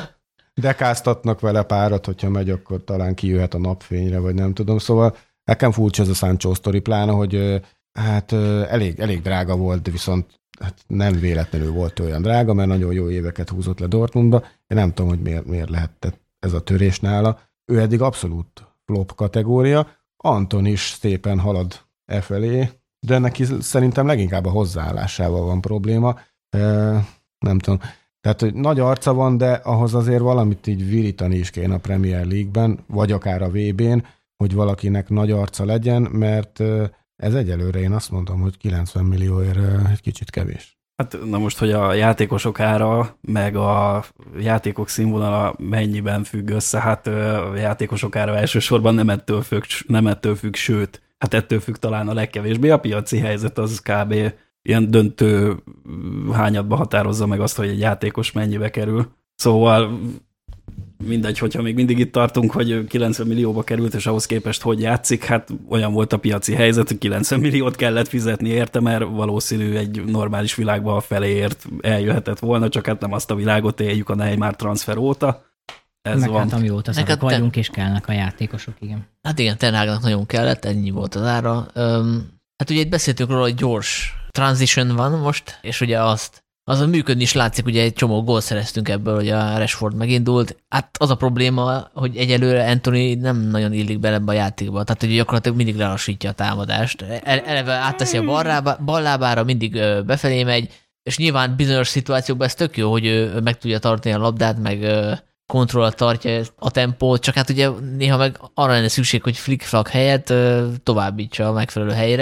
dekáztatnak vele párat, hogyha megy, akkor talán kijöhet a napfényre, vagy nem tudom. Szóval nekem furcsa ez a Sancho sztori, pláne, hogy hát elég, elég drága volt, viszont hát nem véletlenül volt olyan drága, mert nagyon jó éveket húzott le Dortmundba. Én nem tudom, hogy miért, miért lehetett ez a törés nála. Ő eddig abszolút flop kategória. Anton is szépen halad e felé, de neki szerintem leginkább a hozzáállásával van probléma. E, nem tudom. Tehát, hogy nagy arca van, de ahhoz azért valamit így virítani is kéne a Premier League-ben, vagy akár a vé bén, hogy valakinek nagy arca legyen, mert ez egyelőre én azt mondom, hogy kilencven millióért egy kicsit kevés. Hát na most, hogy a játékosok ára, meg a játékok színvonala mennyiben függ össze, hát a játékosok ára elsősorban nem ettől függ, nem ettől függ, sőt, hát ettől függ talán a legkevésbé. A piaci helyzet az kb. Ilyen döntő hányadba határozza meg azt, hogy egy játékos mennyibe kerül. Szóval mindegy, hogyha még mindig itt tartunk, hogy kilencven millióba került, és ahhoz képest hogy játszik, hát olyan volt a piaci helyzet, hogy kilencven milliót kellett fizetni érte, mert valószínű egy normális világban a feléért eljöhetett volna, csak hát nem azt a világot éljük a Neymar transfer óta. Ez meg van. hát amióta szarok vagyunk, és kellnek a játékosok, igen. Hát igen, Ten Hagnak nagyon kellett, ennyi volt az ára. Öm, hát ugye itt beszéltünk róla, hogy gyors transition van most, és ugye azt azon működni is látszik, ugye egy csomó gól szereztünk ebből, hogy a Rashford megindult. Hát az a probléma, hogy egyelőre Anthony nem nagyon illik bele ebbe a játékba. Tehát, hogy gyakorlatilag mindig lelassítja a támadást. Eleve átteszi a ballábá, ballábára, mindig befelé megy, és nyilván bizonyos szituációkban ez tök jó, hogy ő meg tudja tartani a labdát, meg kontrollat tartja a tempót, csak hát ugye néha meg arra lenne szükség, hogy flick-flack helyett továbbítsa a megfelelő helyre,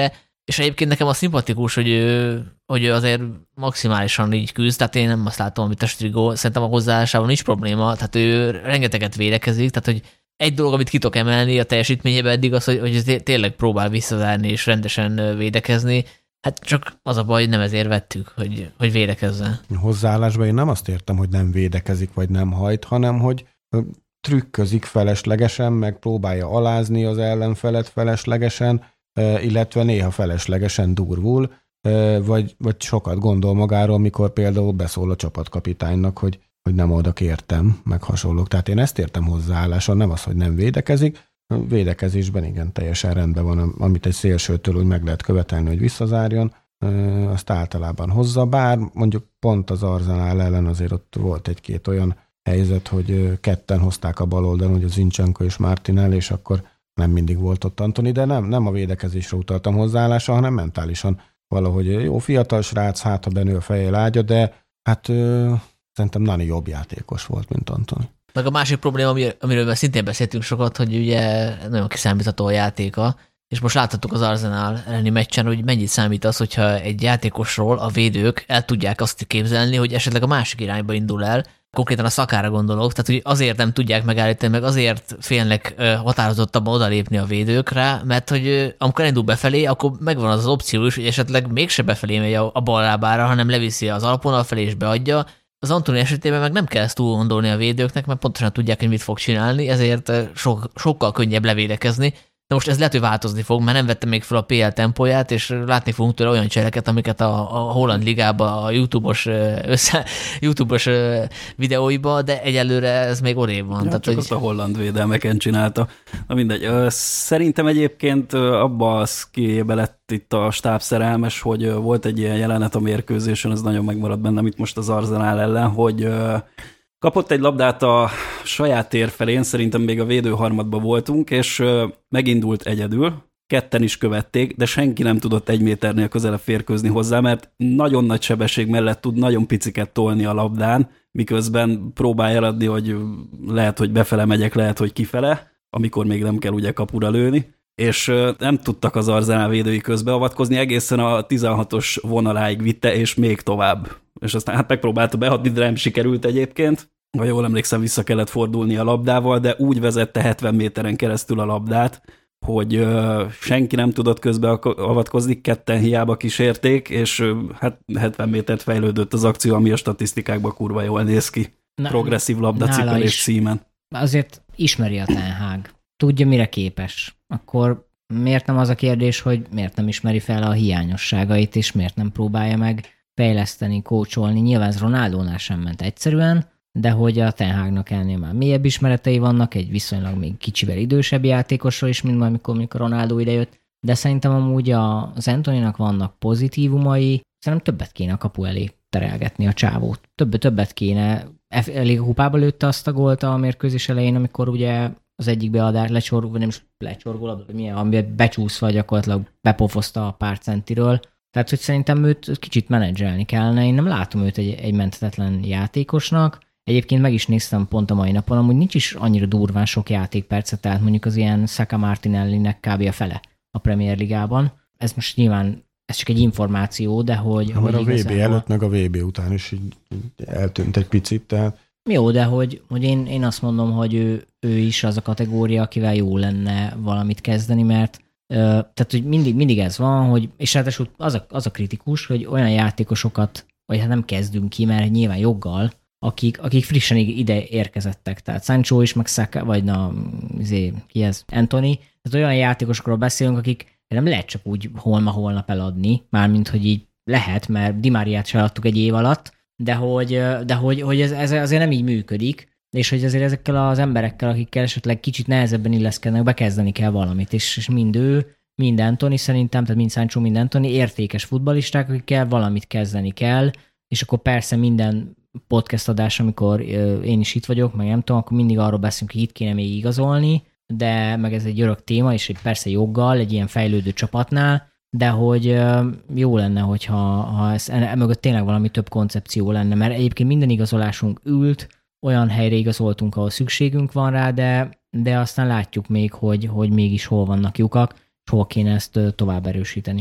És egyébként nekem az szimpatikus, hogy ő, hogy ő azért maximálisan így küzd, tehát én nem azt látom, amit a Strigó, szerintem a hozzáállásában nincs probléma, tehát ő rengeteget védekezik, tehát hogy egy dolog, amit ki tudok emelni a teljesítményében eddig az, hogy, hogy tényleg próbál visszazárni és rendesen védekezni, hát csak az a baj, hogy nem ezért vettük, hogy, hogy védekezzen. Hozzáállásban én nem azt értem, hogy nem védekezik, vagy nem hajt, hanem hogy trükközik feleslegesen, meg próbálja alázni az ellenfelet feleslegesen, illetve néha feleslegesen durvul, vagy, vagy sokat gondol magáról, mikor például beszól a csapatkapitánynak, hogy, hogy nem oda kértem, meg hasonlók. Tehát én ezt értem hozzáálláson, nem az, hogy nem védekezik. Védekezésben igen, teljesen rendben van, amit egy szélsőtől úgy meg lehet követelni, hogy visszazárjon, azt általában hozza, bár mondjuk pont az Arsenal ellen azért ott volt egy-két olyan helyzet, hogy ketten hozták a bal oldalon, hogy a Zinchenko és Martinelli, és akkor nem mindig volt ott Antoni, de nem, nem a védekezésre utaltam hozzáállása, hanem mentálisan valahogy jó fiatal srác, hát ha benő a feje lágya, de hát ö, szerintem Nani jobb játékos volt, mint Antoni. Meg a másik probléma, amiről szintén beszéltünk sokat, hogy ugye nagyon kiszámítható a játéka, és most láthattuk az Arsenal elleni meccsen, hogy mennyit számít az, hogyha egy játékosról a védők el tudják azt képzelni, hogy esetleg a másik irányba indul el, konkrétan a Szakára gondolok, tehát hogy azért nem tudják megállítani, meg azért félnek határozottabban odalépni a védőkre, mert hogy amikor elindul befelé, akkor megvan az az opció is, hogy esetleg mégse befelé megy a bal lábára, hanem leviszi az alapvonal felé és beadja. Az Antoni esetében meg nem kell ezt túl gondolni a védőknek, mert pontosan tudják, hogy mit fog csinálni, ezért so- sokkal könnyebb levédekezni. De most ez lehet, hogy változni fog, mert nem vettem még fel a pé el tempóját, és látni fogunk tőle olyan cseleket, amiket a, a Holland Ligában, a YouTube-os, össze, YouTube-os videóiba, de egyelőre ez még odébb van. Ja, tehát, csak hogy... azt a holland védelmeken csinálta. Na mindegy. Szerintem egyébként abba az kiébe lett itt a stábszerelmes, hogy volt egy ilyen jelenet a mérkőzésen, ez nagyon megmaradt bennem itt most az Arsenal ellen, hogy kapott egy labdát a saját tér felén, szerintem még a védőharmadban voltunk, és megindult egyedül, ketten is követték, de senki nem tudott egy méternél közelebb férkőzni hozzá, mert nagyon nagy sebesség mellett tud nagyon piciket tolni a labdán, miközben próbálja eladni, hogy lehet, hogy befele megyek, lehet, hogy kifele, amikor még nem kell ugye kapura lőni, és nem tudtak az Arsenal védői közbeavatkozni, egészen a tizenhatos vonaláig vitte, és még tovább. És aztán hát megpróbálta beadni, de nem sikerült egyébként. Ha jól emlékszem, vissza kellett fordulni a labdával, de úgy vezette hetven méteren keresztül a labdát, hogy ö, senki nem tudott közbeavatkozni, ketten hiába kísérték, és ö, hát hetven métert fejlődött az akció, ami a statisztikákban kurva jól néz ki. Na, progresszív labdacipelés címen. Azért ismeri a Ten Hag. Tudja, mire képes. Akkor miért nem az a kérdés, hogy miért nem ismeri fel a hiányosságait, és miért nem próbálja meg fejleszteni, kócsolni. Nyilván ez Ronaldónál sem ment egyszerűen, de hogy a Ten Hagnak ennél már mélyebb ismeretei vannak, egy viszonylag még kicsivel idősebb játékosról is, mint amikor, amikor Ronaldo idejött, de szerintem amúgy az Antoninak vannak pozitívumai, szerintem többet kéne a kapu elé terelgetni a csávót. Többet, többet kéne. Elég a kupába lőtte azt a gólt a mérkőzés elején, amikor ugye az egyik beadás lecsorgó, vagy nem is lecsorgó, vagy milyen, amiben becsúszva gyakorlatilag bepofozta a pár centiről. Tehát, hogy szerintem őt kicsit menedzselni kellene. Én nem látom őt egy, egy menthetetlen játékosnak. Egyébként meg is néztem pont a mai napon, amúgy nincs is annyira durván sok játékpercet, tehát mondjuk az ilyen Saka Martinellinek kb. A fele a Premier Ligában. Ez most nyilván, ez csak egy információ, de hogy... Ha, hogy a vé bé igazából... előtt, meg a vé bé után is így eltűnt egy picit, tehát... Jó, de hogy, hogy én, én azt mondom, hogy ő, ő is az a kategória, akivel jó lenne valamit kezdeni, mert ö, tehát, hogy mindig, mindig ez van, hogy, és ráadásul az a, az a kritikus, hogy olyan játékosokat, vagy hát nem kezdünk ki, mert nyilván joggal, akik, akik frissen ide érkezettek. Tehát Sancho is, meg Saka, vagy na, izé, ki ez? Antony. Tehát olyan játékosokról beszélünk, akik nem lehet csak úgy holma-holnap eladni, mármint, hogy így lehet, mert Di Mariát se adtuk egy év alatt, de hogy, de hogy, hogy ez, ez azért nem így működik, és hogy azért ezekkel az emberekkel, akikkel esetleg kicsit nehezebben illeszkednek, bekezdeni kell valamit, és, és mind ő, mind Antony szerintem, tehát mind Sancho, mind Antony értékes futballisták, akikkel valamit kezdeni kell, és akkor persze minden podcast adás, amikor én is itt vagyok, meg nem tudom, akkor mindig arról beszélünk, hogy itt kéne még igazolni, de meg ez egy örök téma, és egy persze joggal, egy ilyen fejlődő csapatnál, de hogy jó lenne, hogyha ha ez, emögött tényleg valami több koncepció lenne, mert egyébként minden igazolásunk ült, olyan helyre igazoltunk, ahol szükségünk van rá, de, de aztán látjuk még, hogy, hogy mégis hol vannak lyukak, és hol kéne ezt tovább erősíteni.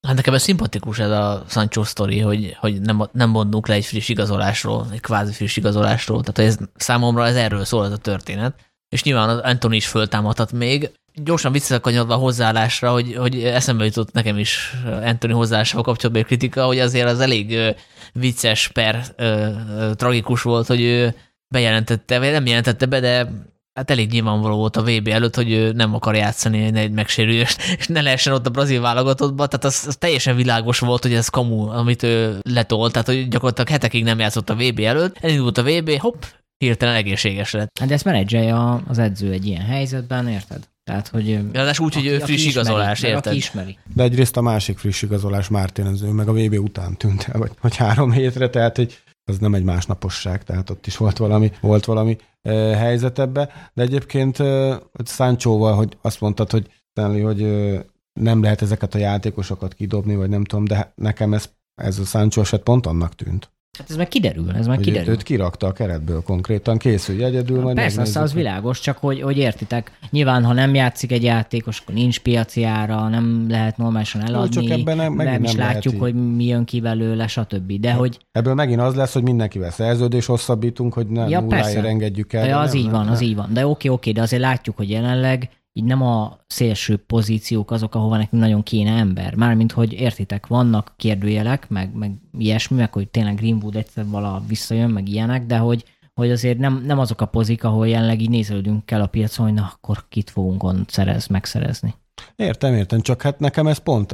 Hát nekem ez szimpatikus ez a Sancho sztori, hogy, hogy nem, nem mondunk le egy friss igazolásról, egy kvázi friss igazolásról. Tehát ez, számomra ez erről szól ez a történet. És nyilván az Antony is föltámadhat még. Gyorsan visszakanyodva a hozzáállásra, hogy, hogy eszembe jutott nekem is Antony hozzáállásával kapcsolatban egy kritika, hogy azért az elég ö, vicces per ö, ö, tragikus volt, hogy ő bejelentette, vagy nem jelentette be, de hát elég nyilvánvaló volt a vé bé előtt, hogy ő nem akar játszani egy megsérülést, és ne lehessen ott a brazil válogatottba, tehát az, az teljesen világos volt, hogy ez kamu, amit ő letolt, tehát hogy gyakorlatilag hetekig nem játszott a vé bé előtt, elindult a vé bé, hopp, hirtelen egészséges lett. De ezt menedzselje az edző egy ilyen helyzetben, érted? Tehát, hogy... Ráadásul úgy, hogy ő friss igazolás, érted? Aki ismeri. De egyrészt a másik friss igazolás Martínez, ő meg a vé bé után tűnt el, vagy, vagy három hétre, tehát hogy az nem egy másnaposság, tehát ott is volt valami, volt valami e, helyzet ebbe. De egyébként e, Sanchóval, hogy azt mondtad, hogy, Stanley, hogy e, nem lehet ezeket a játékosokat kidobni, vagy nem tudom, de nekem ez, ez a Sancho eset pont annak tűnt. Hát ez meg kiderül, ez meg hogy kiderül. Őt kirakta a keretből konkrétan, készülj egyedül, majd persze, aztán az világos, csak hogy, hogy értitek, nyilván, ha nem játszik egy játékos, akkor nincs piaci ára, nem lehet normálisan eladni, csak ebben nem, nem is nem látjuk, hogy mi jön ki belőle, stb. De hogy... Ebből megint az lesz, hogy mindenkivel szerződés hosszabbítunk, hogy nem ja, nulláért engedjük el. Ja, az nem, így nem, van, nem. az így van. De oké, oké, de azért látjuk, hogy jelenleg így nem a szélső pozíciók azok, ahova nekünk nagyon kéne ember. Mármint, hogy értitek, vannak kérdőjelek, meg, meg ilyesmi, meg hogy tényleg Greenwood egyszer vala visszajön, meg ilyenek, de hogy, hogy azért nem, nem azok a pozik, ahol jelenleg így nézelődünk kell a piacon, hogy na, akkor kit fogunk ott szerez, megszerezni. Értem, értem, csak hát nekem ez pont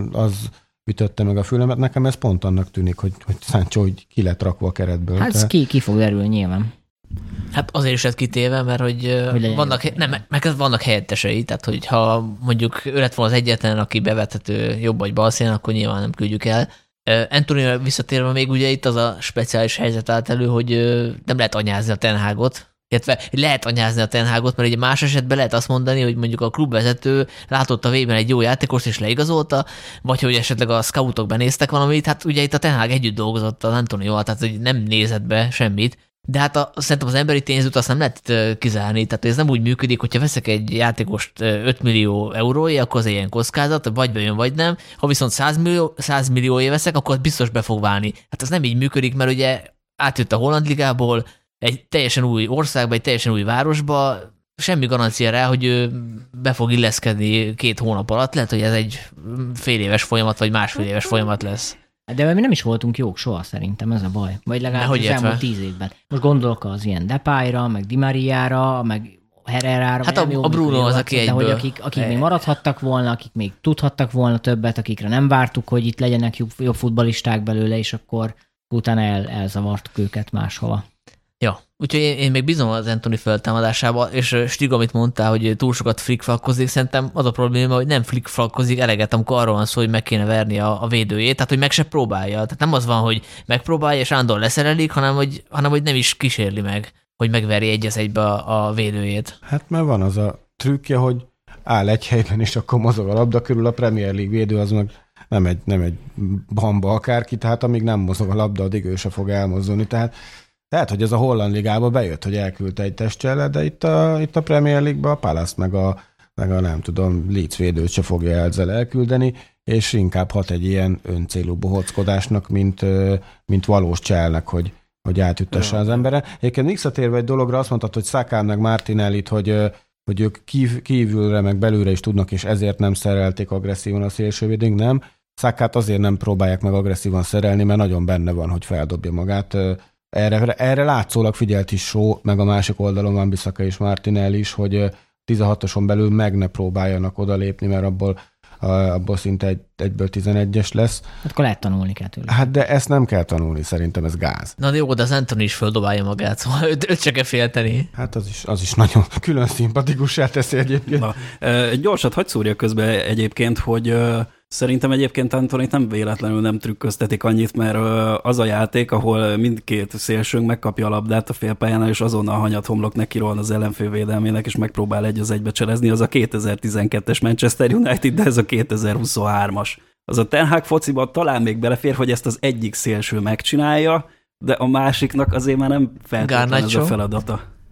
az ütötte meg a fülemet, nekem ez pont annak tűnik, hogy, hogy Sancho így ki lett rakva a keretből. Hát ez ki, ki fog derülni nyilván. Hát azért is lett kitéve, mert hogy, hogy vannak, nem, meg vannak helyettesei, tehát hogy ha mondjuk ő lett volna az egyetlen, aki bevethető jobb vagy bal színen, akkor nyilván nem küldjük el. Anthony visszatérve még ugye itt az a speciális helyzet állt elő, hogy nem lehet anyázni a Ten Hagot, illetve lehet anyázni a Ten Hagot, mert ugye más esetben lehet azt mondani, hogy mondjuk a klubvezető látott a vében egy jó játékost és leigazolta, vagy hogy esetleg a scoutok benéztek valamit, hát ugye itt a Ten Hag együtt dolgozott az Antonyval, tehát hogy nem nézett be semmit. De hát a, szerintem az emberi tényezőt azt nem lehet kizárni, tehát ez nem úgy működik, hogyha veszek egy játékost öt millió euróért, akkor az egy ilyen kockázat, vagy bejön, vagy nem. Ha viszont száz millió, száz millióért veszek, akkor az biztos be fog válni. Hát ez nem így működik, mert ugye átjött a Holland ligából egy teljesen új országba, egy teljesen új városba, semmi garancia rá, hogy ő be fog illeszkedni két hónap alatt, lehet, hogy ez egy fél éves folyamat, vagy másfél éves folyamat lesz. De mi nem is voltunk jók soha szerintem, ez a baj. Vagy legalább az elmúlt tíz évben. Most gondolok az ilyen Depayra, meg Di Mariára, meg Herrerára. Hát a, a Bruno az, aki egyből. De hogy akik, akik még maradhattak volna, akik még tudhattak volna többet, akikre nem vártuk, hogy itt legyenek jobb, jobb futballisták belőle, és akkor utána el, elzavartuk őket máshova. Ja, úgyhogy én, én még bízom az Antony feltámadásába, és Stig, amit mondtál, hogy túl sokat flickflakkozik, szerintem az a probléma, hogy nem flickflakkozik eleget, amikor arról van szó, hogy meg kéne verni a, a védőjét, tehát hogy meg se próbálja. Tehát nem az van, hogy megpróbálja, és állandóan leszerelik, hanem hogy, hanem hogy nem is kísérli meg, hogy megverje egy az egybe a, a védőjét. Hát mert van az a trükkje, hogy áll egy helyben, és akkor mozog a labda körül, a Premier League védő az meg nem egy, nem egy bamba akárki, tehát amíg nem mozog a labda, addig ő se fog elmozdulni, tehát lehet, hogy ez a Holland ligába bejött, hogy elküldte egy testcsellet, de itt a, itt a Premier League-ba a Palace meg a, meg a nem tudom, Leeds védőt se fogja ezzel elküldeni, és inkább hat egy ilyen öncélú bohockodásnak, mint, mint valós cselnek, hogy, hogy átüttesse ja. az emberen. Egyébként visszatérve egy dologra, azt mondtad, hogy Sakán meg Martinellit, hogy, hogy ők kív, kívülre meg belülre is tudnak, és ezért nem szerelték agresszívan a szélsővédőnk, nem. Sakát azért nem próbálják meg agresszívan szerelni, mert nagyon benne van, hogy feldobja magát. Erre, erre látszólag figyelt is Shaw, meg a másik oldalon van Bissaka és Martinelli is, hogy tizenhatoson belül meg ne próbáljanak odalépni, mert abból, abból szinte egy, egyből tizenegyes lesz. Hát akkor lehet tanulni kell tőle. Hát de ezt nem kell tanulni, szerintem ez gáz. Na de jó, de az Antony is földobálja magát, szóval őt, őt se kell félteni. Hát az is, az is nagyon külön szimpatikussá teszi egyébként. Na, e, gyorsat hadd szúrja közbe egyébként, hogy e, szerintem egyébként Antonit nem véletlenül nem trükköztetik annyit, mert e, az a játék, ahol mindkét szélsőnk megkapja a labdát a félpályán, és azonnal hanyat homlok nekiról az ellenfél védelmének, és megpróbál egy az egybe cselezni, az a kétezer-tizenkettes Manchester United, de ez a kétezer-huszonhármas. Az a Ten Hag fociban talán még belefér, hogy ezt az egyik szélső megcsinálja, de a másiknak azért már nem feltétlenül ez a feladata.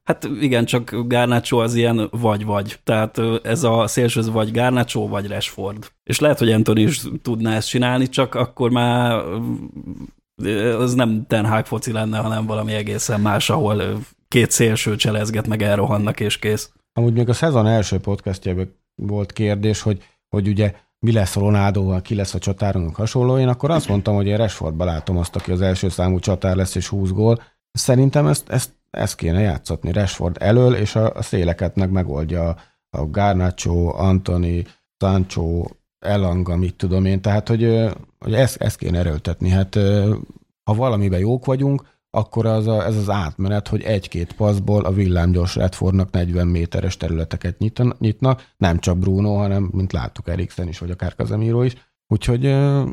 Hát igen, csak Garnacho az ilyen vagy-vagy. Tehát ez a szélső vagy Garnacho, vagy Rashford. És lehet, hogy Anthony is tudná ezt csinálni, csak akkor már az nem Ten Hag foci lenne, hanem valami egészen más, ahol két szélső cselezget, meg elrohannak, és kész. Amúgy még a szezon első podcastjában volt kérdés, hogy, hogy ugye mi lesz Ronaldóval, ki lesz a csatárunk hasonló. Én akkor azt mondtam, hogy én Rashfordba látom azt, aki az első számú csatár lesz, és húsz gól. Szerintem ezt, ezt, ezt kéne játszatni. Rashford elől, és a, a széleket meg megoldja a Garnacho, Antony, Sancho, Elanga, mit tudom én. Tehát, hogy, hogy ezt, ezt kéne erőltetni. Hát ha valamiben jók vagyunk, akkor az a, ez az átmenet, hogy egy-két passzból a villámgyors Redfordnak negyven méteres területeket nyitnak, nem csak Bruno, hanem, mint láttuk, Eriksen is, vagy akár Casemiro is. Úgyhogy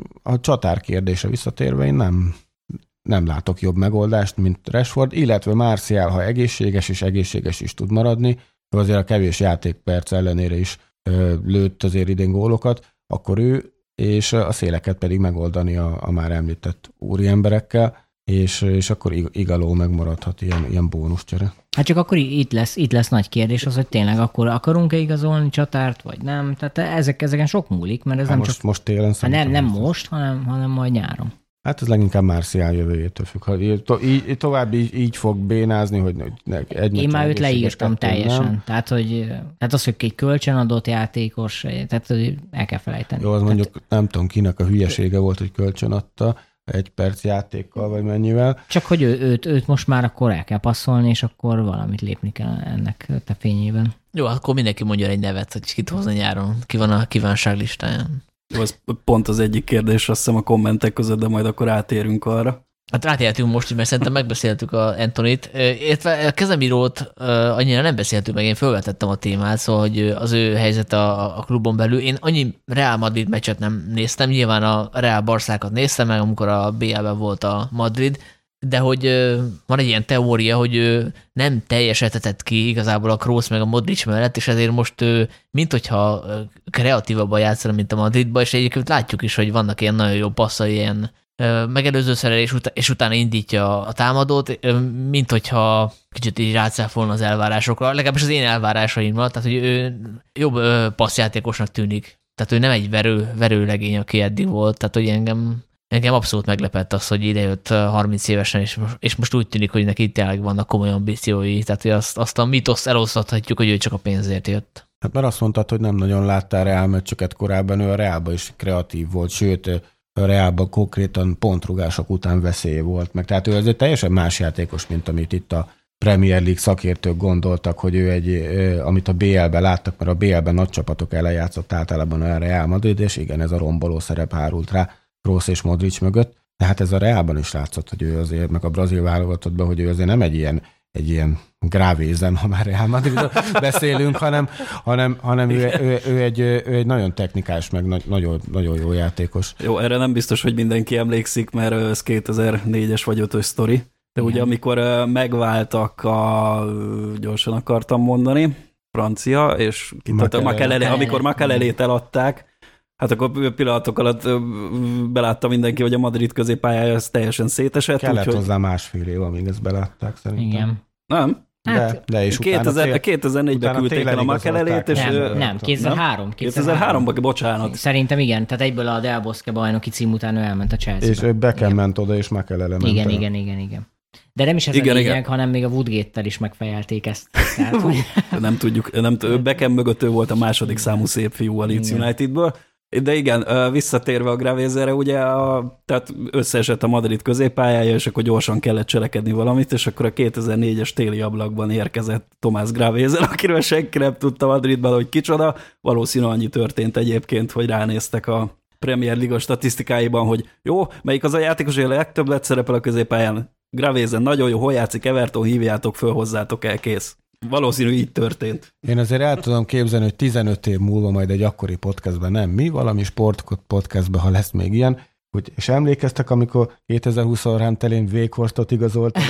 a csatár kérdésre visszatérve én nem, nem látok jobb megoldást, mint Rashford, illetve Martial, ha egészséges és egészséges is tud maradni, azért a kevés játékperc ellenére is lőtt azért idén gólokat, akkor ő, és a széleket pedig megoldani a, a már említett úriemberekkel, és, és akkor Igaló megmaradhat ilyen, ilyen bónuszcsere. Hát csak akkor itt lesz, itt lesz nagy kérdés az, hogy tényleg akkor akarunk-e igazolni csatárt, vagy nem. Tehát ezek, ezeken sok múlik, mert ez hát nem most, csak... Most télen hát nem, nem most, hanem, hanem majd nyáron. Hát ez leginkább Martial jövőjétől függ. Ha így, to, így, tovább így, így fog bénázni, hogy egy Én már őt leírtam teljesen. Nem. Tehát, hogy, tehát az, hogy egy kölcsönadott játékos, tehát el kell felejteni. Jó, az tehát, mondjuk nem tudom kinek a hülyesége volt, hogy kölcsönadta egy perc játékkal, vagy mennyivel. Csak hogy ő, őt, őt most már akkor el kell passzolni, és akkor valamit lépni kell ennek te fényében. Jó, akkor mindenki mondja egy nevet, hogy kit hozna nyáron. Ki van a kívánság listáján. Jó, az pont az egyik kérdés, azt hiszem a kommentek között, de majd akkor átérünk arra. Hát átértünk most, mert szerintem megbeszéltük a Anthonyt. Értve a Casemirót annyira nem beszéltük meg, én felvetettem a témát, szóval hogy az ő helyzet a, a klubon belül. Én annyi Real Madrid meccset nem néztem, nyilván a Real Barszákat néztem meg, amikor a bé el-ben volt a Madrid, de hogy van egy ilyen teória, hogy nem teljesedhetett ki igazából a Kroos meg a Modric mellett, és ezért most mint hogyha kreatívabban játszana, mint a Madridban, és egyébként látjuk is, hogy vannak ilyen nagyon jó passzai, ilyen megelőző szerelés, és utána indítja a támadót, mint hogyha kicsit így rácáfolna az elvárásokra, legalábbis az én elvárásaimra, tehát hogy ő jobb passzjátékosnak tűnik. Tehát ő nem egy verő, verőlegény, aki eddig volt, tehát hogy engem Engem abszolút meglepett az, hogy idejött harminc évesen, és most, és most úgy tűnik, hogy neki tényleg vannak komoly ambíciói, tehát hogy azt, azt a mitoszt elosztathatjuk, hogy ő csak a pénzért jött. Hát mert azt mondtad, hogy nem nagyon láttál Real meccseket korábban, ő a Realban is kreatív volt, sőt, a Realban konkrétan pontrugások után veszély volt meg. Tehát ő azért teljesen más játékos, mint amit itt a Premier League szakértők gondoltak, hogy ő egy, amit a bé el-ben láttak, mert a bé el-ben nagy csapatok ellen játszott általában a Real Madrid, és igen, ez a romboló szerep hárult rá Kroos és Modric mögött, de hát ez a Realban is látszott, hogy ő azért, meg a brazil válogatottban, hogy ő azért nem egy ilyen, egy ilyen grávézen, ha már Real Madridról beszélünk, hanem, hanem, hanem ő, ő, ő, egy, ő egy nagyon technikás, meg nagyon, nagyon jó játékos. Jó, erre nem biztos, hogy mindenki emlékszik, mert ez kétezer-négyes vagy ötös sztori, de ugye amikor megváltak a, gyorsan akartam mondani, francia, és Makelele, amikor Makelelét eladták, hát akkor pillanatok alatt belátta mindenki, hogy a Madrid középpályája az teljesen szétesett. Kellett úgy, hozzá másfél év, amíg ezt belátták szerintem. Igen. Nem? De, de és kétezer-négyben küldték el a Makelelét, és... Nem, nem, kétezer-három. kétezer-háromban, bocsánat. Szerintem igen, tehát egyből a Del Bosque bajnoki cím után ő elment a Chelsea-be. És ő Beckham ment oda, és Makelele ment Igen, el. igen, igen, igen. De nem is ez igen, a lényeg, igen. hanem még a Woodgate-tel is megfejelték ezt. Tehát, hogy... nem tudjuk, nem t- Beckham mögött ő volt a második számú szép fiú a Leeds Unitedből. De igen, visszatérve a Gravézerre, ugye a, tehát összeesett a Madrid középpályája, és akkor gyorsan kellett cselekedni valamit, és akkor a kétezer-négyes téli ablakban érkezett Tomás Gravézer, akiről senki nem tudta Madridban, hogy kicsoda. Valószínűleg annyi történt egyébként, hogy ránéztek a Premier Liga statisztikáiban, hogy jó, melyik az a játékos, hogy a legtöbbet szerepel a középpályán. Gravézer nagyon jó, hol játszik Everton, hívjátok föl, hozzátok el, kész. Valószínű így történt. Én azért el tudom képzelni, hogy tizenöt év múlva majd egy akkori podcastben, nem mi, valami sport podcastben, ha lesz még ilyen, hogy, és emlékeztek, amikor kétezer-huszonhárom telén Weghorsztot igazolt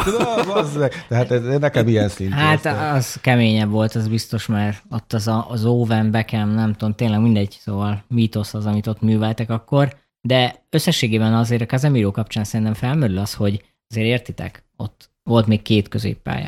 le, tehát ez, nekem ilyen szintű. Hát aztán. Az keményebb volt, az biztos, mert ott az, a, az Owen, Beckham, nem tudom, tényleg mindegy, szóval mítosz az, amit ott műveltek akkor, de összességében azért a Casemiro kapcsán szerintem felmerül az, hogy azért értitek, ott volt még két középpályás.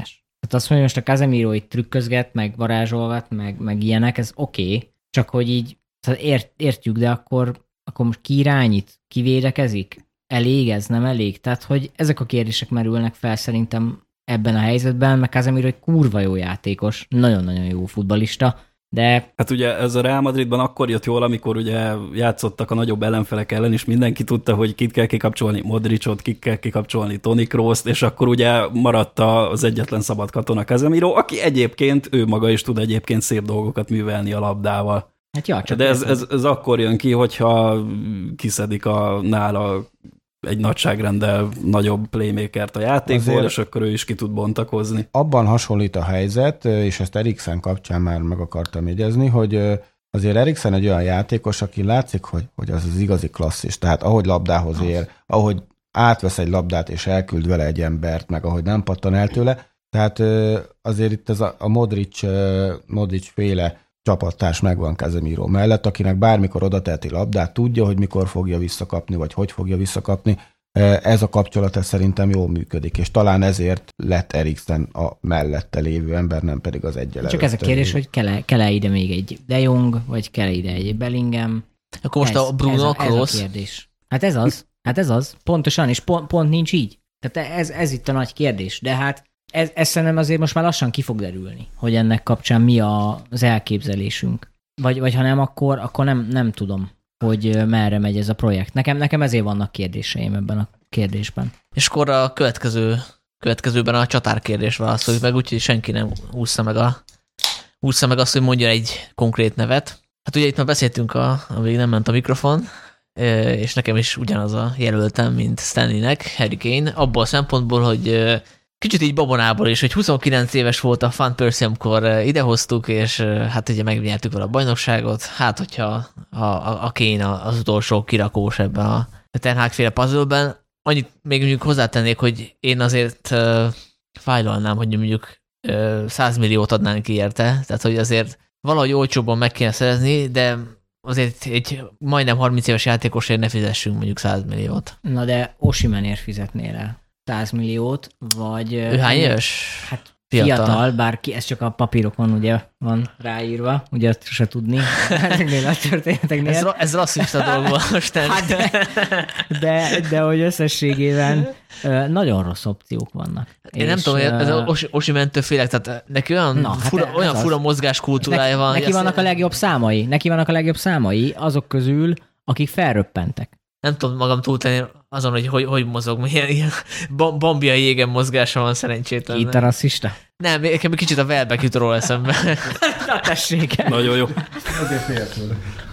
Tehát azt mondja, most a Casemiro itt trükközget, meg varázsolgat, meg, meg ilyenek, ez oké, okay, csak hogy így tehát ért, értjük, de akkor, akkor most ki irányít, ki védekezik, elég ez, nem elég? Tehát, hogy ezek a kérdések merülnek fel szerintem ebben a helyzetben, meg Casemiro egy kurva jó játékos, nagyon-nagyon jó futballista, de... Hát ugye ez a Real Madridban akkor jött jól, amikor ugye játszottak a nagyobb ellenfelek ellen, és mindenki tudta, hogy kit kell kikapcsolni, Modricot, kit kell kikapcsolni, Toni Krooszt, és akkor ugye maradt az egyetlen szabad katona Casemiro, aki egyébként, ő maga is tud egyébként szép dolgokat művelni a labdával. Hát ja, csak de ez, ez, ez akkor jön ki, hogyha kiszedik a nála egy nagyságrendel nagyobb playmakert a játékból, azért és akkor ő is ki tud bontakozni. Abban hasonlít a helyzet, és ezt Eriksen kapcsán már meg akartam jegyezni, hogy azért Eriksen egy olyan játékos, aki látszik, hogy, hogy az az igazi klasszis. Tehát ahogy labdához ér, ahogy átvesz egy labdát és elküld vele egy embert, meg ahogy nem pattan el tőle. Tehát azért itt ez a, a Modric, Modric féle csapattárs megvan Casemiro mellett, akinek bármikor oda teheti labdát, tudja, hogy mikor fogja visszakapni, vagy hogy fogja visszakapni. Ez a kapcsolat ez szerintem jól működik, és talán ezért lett Eriksen a mellette lévő ember, nem pedig az egyel. Csak ez a kérdés, hogy kell-e, kell-e ide még egy De Jong, vagy kell-e ide egy Bellingham? Akkor most ez, a Bruno ez, ez a kérdés. Hát ez az, hát ez az, pontosan, és pont, pont nincs így. Tehát ez, ez itt a nagy kérdés, de hát Ez, ez szerintem azért most már lassan ki fog derülni, hogy ennek kapcsán mi a, az elképzelésünk. Vagy, vagy ha nem, akkor, akkor nem, nem tudom, hogy merre megy ez a projekt. Nekem, nekem ezért vannak kérdéseim ebben a kérdésben. És akkor a következő, következőben a csatárkérdés válaszoljuk meg, úgyhogy senki nem ússza meg, a, ússza meg azt, hogy mondja egy konkrét nevet. Hát ugye itt már beszéltünk, a, amíg nem ment a mikrofon, és nekem is ugyanaz a jelöltem, mint Stanleynek, Harry Kane, abból a szempontból, hogy kicsit így babonából is, hogy huszonkilenc éves volt a Van Persie, amikor idehoztuk, és hát ugye megnyertük vele a bajnokságot. Hát, hogyha a, a, a Kane az utolsó kirakós ebben a Ten Hag-féle puzzle-ben. Annyit még mondjuk hozzátennék, hogy én azért uh, fájlalnám, hogy mondjuk uh, száz milliót adnánk ki érte, tehát hogy azért valahogy olcsóbban meg kéne szerezni, de azért egy majdnem harminc éves játékosért ne fizessünk mondjuk száz milliót. Na de Osimhenért fizetnél el száz milliót, vagy... Ő hány éves? Hát fiatal, fiatal bár ki, ez csak a papírokon ugye van ráírva, ugye azt se tudni. Ezeknél a történeteknél. Ez, ez rasszista dolog most. Hát de, de, de hogy összességében nagyon rossz opciók vannak. Én nem tudom, ez az Osimhentől félek, tehát neki olyan na, fura, hát olyan fura mozgáskultúrája van. Neki vannak a legjobb számai, neki vannak a legjobb számai azok közül, akik felröppentek. Nem tudom magam túltenni azon, hogy hogy, hogy mozog, milyen ilyen Bambi a jégen mozgása van szerencsétlen. Itt a rasszista? Nem, nekem kicsit a Welbeck jut róla eszembe. Na tessék. Nagyon jó. Azért féltől.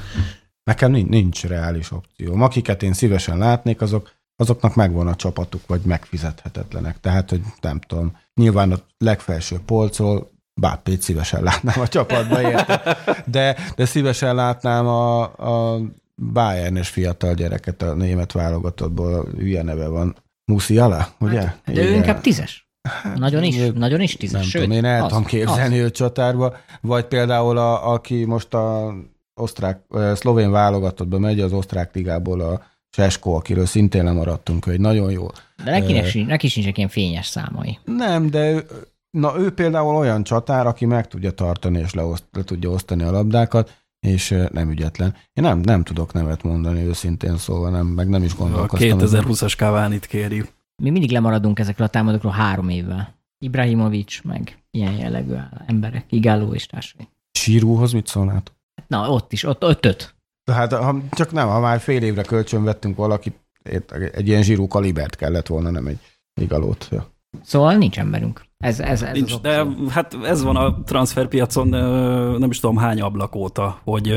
Nekem nincs, nincs reális opció. Akiket én szívesen látnék, azok, azoknak megvan a csapatuk, vagy megfizethetetlenek. Tehát, hogy nem tudom, nyilván a legfelső polcról Mbappét szívesen látnám a csapatba, érte. De, de szívesen látnám a, a Bayern-es fiatal gyereket a német válogatottból, hülye neve van. Musiala, ugye? Hát, de ő inkább tízes. Hát, nagyon is, ő, nagyon is tízes. Nem Sőt, tudom, én el az, tudom képzelni az. őt csatárba. Vagy például, a, aki most a osztrák, a szlovén válogatottba megy, az osztrák ligából a Sesko, akiről szintén lemaradtunk, hogy nagyon jó. De neki, uh, sincs, neki sincsenek ilyen fényes számai. Nem, de ő, na, ő például olyan csatár, aki meg tudja tartani és leoszt, le tudja osztani a labdákat, és nem ügyetlen. Én nem, nem tudok nevet mondani őszintén, szóval nem, meg nem is gondolkoztam. A kétezer-húszas Cavani-t kérjük. Mi mindig lemaradunk ezekről a támadókról három évvel. Ibrahimovic, meg ilyen jellegű emberek, Igáló és társai. Sírúhoz mit szólnátok? Na, ott is, ott ötöt. Tehát ha, csak nem, ha már fél évre kölcsön vettünk valakit, egy ilyen zsírú kalibert kellett volna, nem egy Igálót. Ja. Szóval nincs emberünk. Ez, ez, ez nincs, de hát ez van a transferpiacon nem is tudom hány ablak óta, hogy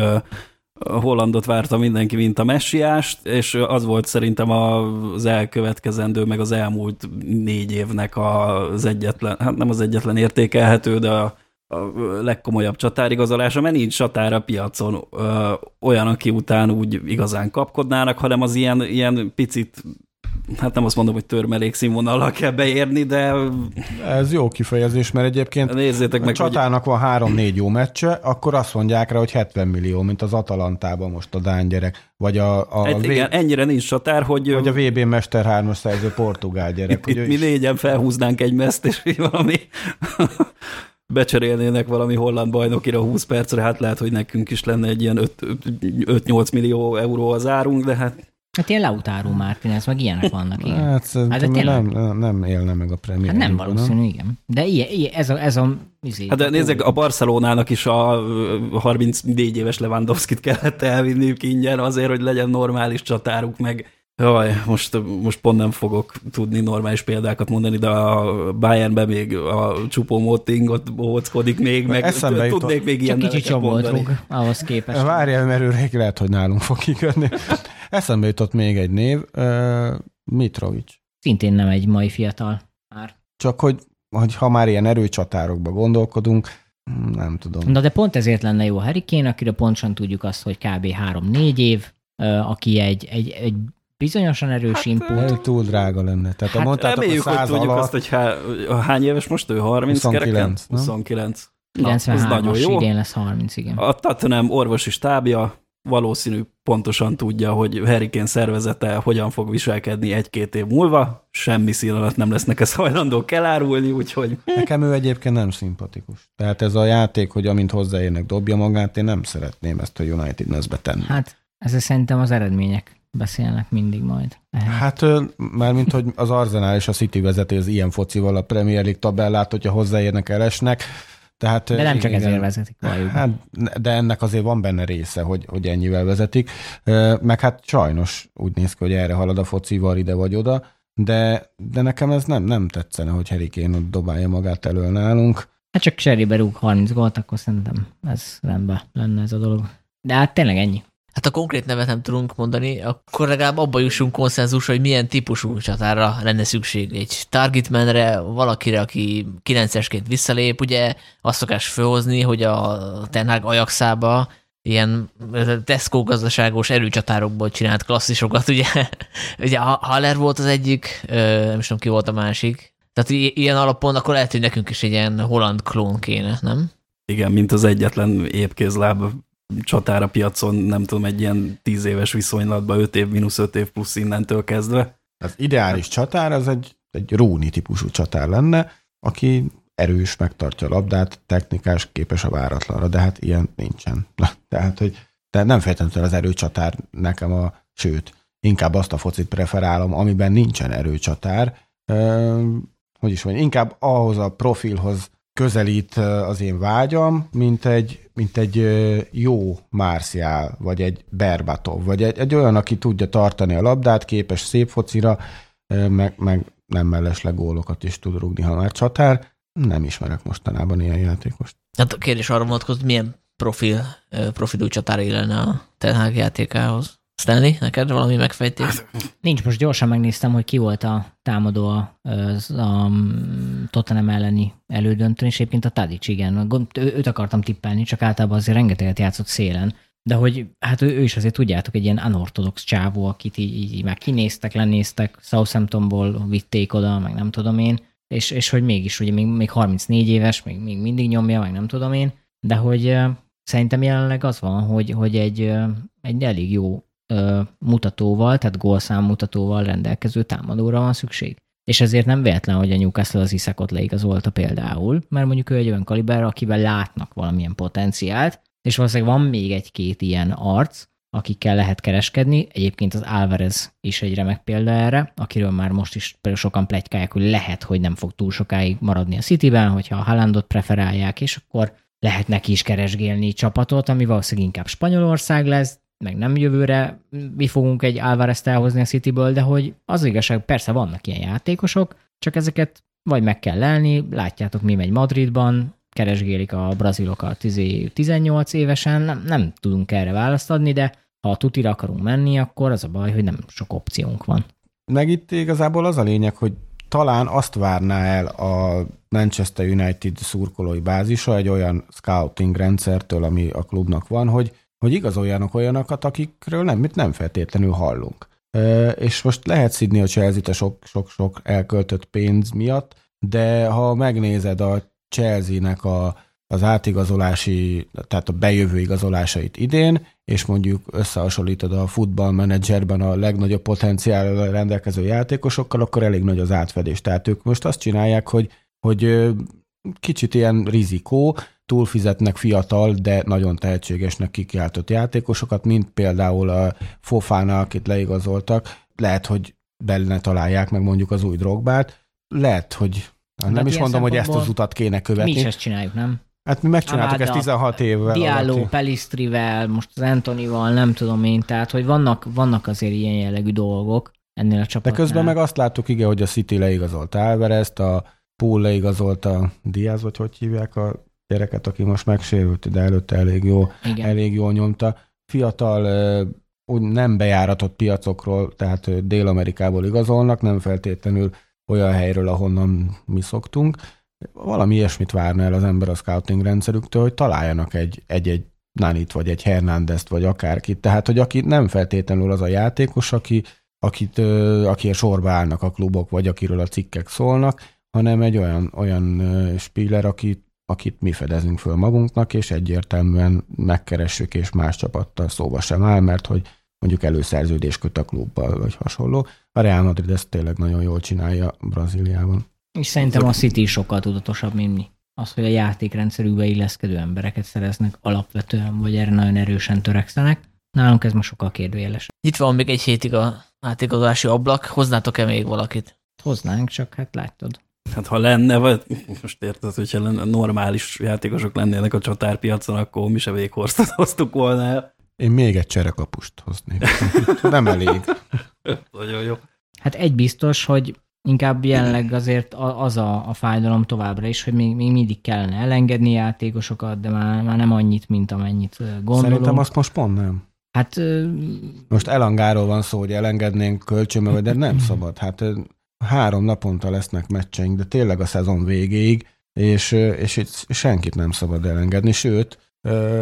a Hollandot várta mindenki, mint a messiást, és az volt szerintem az elkövetkezendő, meg az elmúlt négy évnek az egyetlen, hát nem az egyetlen értékelhető, de a, a legkomolyabb csatárigazolása, mert nincs csatár a piacon ö, olyan, aki után úgy igazán kapkodnának, hanem az ilyen, ilyen picit hát nem azt mondom, hogy törmelék színvonallal kell beérni, de... Ez jó kifejezés, mert egyébként nézzétek meg, a csatának hogy... van három-négy jó meccse, akkor azt mondják rá, hogy hetven millió, mint az Atalantában most a dán gyerek. Vagy a, a Egy, v... igen, ennyire nincs csatár, hogy... Vagy a vé bé Mester hármas szerző portugál gyerek. Itt, itt mi is... négyen felhúznánk egy mezt, és valami... becserélnének valami holland bajnokira húsz percre, hát lehet, hogy nekünk is lenne egy ilyen öt-nyolc millió euró az árunk, de hát... Hát ilyen Lautaro Martínez, meg ilyenek vannak, igen. Hát szerintem hát, nem, nem élne meg a Premier Hát nem valószínű, igen. De ilyen, ilyen, ez a... Ez a izé, hát de nézzek, a Barcelonának is a harmincnégy éves Lewandowskit kellett elvinniük ingyen azért, hogy legyen normális csatáruk, meg... Jaj, most, most pont nem fogok tudni normális példákat mondani, de a Bayernben még a Choupo-Moting ott óckodik még, meg eszembe tudnék jutott. még ilyen Csak kicsi csobolt rúg, ahhoz képest. Várjál, mert ő rég lehet, hogy nálunk fog kiködni. Eszembe jutott még egy név, uh, Mitrovic. Szintén nem egy mai fiatal már. Csak hogy, hogy ha már ilyen erőcsatárokba gondolkodunk, nem tudom. Na de pont ezért lenne jó Harry Kane, akire pontosan tudjuk azt, hogy kb. három-négy év, uh, aki egy, egy, egy bizonyosan erős hát, input. Túl drága lenne. Tehát hát, mondtátok, reméljük, hogy tudjuk alatt... azt, hogy há... hány éves most ő? harminc huszonkilenc. huszonkilenc. kilencvenhármas idén lesz harminc, igen. A Tottenham orvosi stábja valószínű pontosan tudja, hogy Harry Kane szervezete hogyan fog viselkedni egy-két év múlva. Semmi szín alatt nem lesznek ezt hajlandók elárulni, úgyhogy... Nekem ő egyébként nem szimpatikus. Tehát ez a játék, hogy amint hozzáérnek, dobja magát, én nem szeretném ezt a United Neszbe tenni. Hát ez szerintem az eredmények beszélnek mindig majd. Hát mármint, hogy az Arsenal és a City vezeti az ilyen focival a Premier League tabellát, hogyha hozzáérnek, elesnek. Tehát, de nem csak igen, ezért vezetik valójában. Hát, de ennek azért van benne része, hogy, hogy ennyivel vezetik. Meg hát sajnos úgy néz ki, hogy erre halad a focival ide vagy oda, de, de nekem ez nem, nem tetszene, hogy Harry Kane ott dobálja magát elől nálunk. Hát csak cserébe rúg harminc gólt, akkor szerintem ez rendben lenne ez a dolog. De hát tényleg ennyi. Hát a konkrét nevet nem tudunk mondani, akkor legalább abba jussunk konszenzusra, hogy milyen típusú csatára lenne szükség. Egy targetmanre, valakire, aki kilencesként visszalép, ugye azt szokás fölhozni, hogy a Ten Hag Ajaxába ilyen Tesco gazdaságos erőcsatárokból csinált klasszisokat, ugye, ugye Haller volt az egyik, nem is tudom ki volt a másik. Tehát ilyen alapon akkor lehet, hogy nekünk is egy ilyen holland klón kéne, nem? Igen, mint az egyetlen épkézláb csatár a piacon, nem tudom, egy ilyen tíz éves viszonylatban, öt év mínusz öt év plusz innentől kezdve. Az ideális csatár az egy, egy Rooney típusú csatár lenne, aki erős, megtartja a labdát, technikás, képes a váratlanra, de hát ilyen nincsen. Tehát, hogy de nem feltétlenül az erőcsatár nekem a, sőt, inkább azt a focit preferálom, amiben nincsen erőcsatár. Hogy is mondjam, inkább ahhoz a profilhoz közelít az én vágyam, mint egy, mint egy jó Martial, vagy egy Berbatov, vagy egy, egy olyan, aki tudja tartani a labdát, képes szép focira, meg, meg nem mellesleg gólokat is tud rúgni, ha már csatár. Nem ismerek mostanában ilyen játékost. Hát a kérdés arra vonatkozott, milyen profil, profilú csatára illene a Ten Hag játékához. Stanley, neked valami megfejtés? Nincs, most gyorsan megnéztem, hogy ki volt a támadó a, a Tottenham elleni elődöntőn, és egyébként a Tadic, igen. Ő, őt akartam tippelni, csak általában azért rengeteget játszott szélen. De hogy hát ő, ő is azért tudjátok, egy ilyen unorthodox csávó, akit így, így már kinéztek, lenéztek, Southamptonból vitték oda, meg nem tudom én, és, és hogy mégis, ugye még, még harmincnégy éves, még, még mindig nyomja, meg nem tudom én, de hogy uh, szerintem jelenleg az van, hogy, hogy egy, uh, egy elég jó uh, mutatóval, tehát gólszám mutatóval rendelkező támadóra van szükség. És ezért nem véletlen, hogy a Newcastle az Iszakot leigazolta például, mert mondjuk ő egy olyan kaliber, akivel látnak valamilyen potenciált, és valószínűleg van még egy-két ilyen arc, akikkel lehet kereskedni. Egyébként az Alvarez is egy remek példa erre, akiről már most is például sokan pletykálják, hogy lehet, hogy nem fog túl sokáig maradni a Cityben, hogyha a Haalandot preferálják, és akkor lehet neki is keresgélni csapatot, ami valószínűleg inkább Spanyolország lesz, meg nem jövőre mi fogunk egy Alvarezt elhozni a Cityből, de hogy az igazság, persze vannak ilyen játékosok, csak ezeket vagy meg kell lelni, látjátok, mi megy Madridban, keresgélik a brazilokat tizennyolc évesen, nem, nem tudunk erre választ adni, de ha a tutira akarunk menni, akkor az a baj, hogy nem sok opciónk van. Meg itt igazából az a lényeg, hogy talán azt várná el a Manchester United szurkolói bázisa egy olyan scouting rendszertől, ami a klubnak van, hogy, hogy igazoljanak olyanokat, akikről nem, nem feltétlenül hallunk. és most lehet szidni a Chelsea-t a sok-sok elköltött pénz miatt, de ha megnézed a Chelsea-nek a, az átigazolási, tehát a bejövő igazolásait idén, és mondjuk összehasonlítod a futballmenedzserben a legnagyobb potenciállal rendelkező játékosokkal, akkor elég nagy az átfedés. Tehát ők most azt csinálják, hogy, hogy kicsit ilyen rizikó, túlfizetnek fiatal, de nagyon tehetségesnek kikiáltott játékosokat, mint például a Fofana, akit leigazoltak. Lehet, hogy benne találják meg mondjuk az új Drogbát. Lehet, hogy nem hát is mondom, hogy ezt az utat kéne követni. Mi is ezt csináljuk, nem? Hát mi megcsináltuk ezt tizenhat évvel. Diallo, Pellistrivel, most az Antonival, nem tudom én, tehát hogy vannak, vannak azért ilyen jellegű dolgok ennél a csapatnál. De közben meg azt láttuk, igen, hogy a City leigazolta Alvarez-t, a Pool leigazolta Diaz, vagy hogy hívják a gyereket, aki most megsérült, de előtte elég jó, elég jól nyomta. Fiatal, úgy nem bejáratott piacokról, tehát Dél-Amerikából igazolnak, nem feltétlenül olyan helyről, ahonnan mi szoktunk. Valami ilyesmit várna el az ember a scouting rendszerüktől, hogy találjanak egy, egy-egy Nanit, vagy egy Hernándezt, vagy akárkit. Tehát, hogy aki nem feltétlenül az a játékos, aki, akit, aki a sorba állnak a klubok, vagy akiről a cikkek szólnak, hanem egy olyan, olyan spieler, akit, akit mi fedezünk föl magunknak, és egyértelműen megkeressük, és más csapattal szóba sem áll, mert hogy mondjuk előszerződés köt a klubbal, vagy hasonló. A Real Madrid ezt tényleg nagyon jól csinálja Brazíliában. És szerintem a City sokkal tudatosabb, mint mi. Az, hogy a játékrendszerükbe illeszkedő embereket szereznek alapvetően, vagy erre nagyon erősen törekszenek. Nálunk ez most sokkal kérdőjeles. Itt van még egy hétig a átigazolási ablak. Hoznátok-e még valakit? Hoznánk, csak hát látod. Hát ha lenne, vagy most érted, hogyha lenne, normális játékosok lennének a csatárpiacon, akkor mi se Weghorsztot hoztuk volna el. Én még egy cserekapust hoznék. Nem elég. Nagyon jó. Hát egy biztos, hogy inkább jelenleg azért az a, a fájdalom továbbra is, hogy még, még mindig kellene elengedni játékosokat, de már, már nem annyit, mint amennyit gondolunk. Szerintem azt most pont nem. Hát... Most Elangáról van szó, hogy elengednénk kölcsönbe, de nem szabad. Hát három naponta lesznek meccseink, de tényleg a szezon végéig, és, és itt senkit nem szabad elengedni, sőt,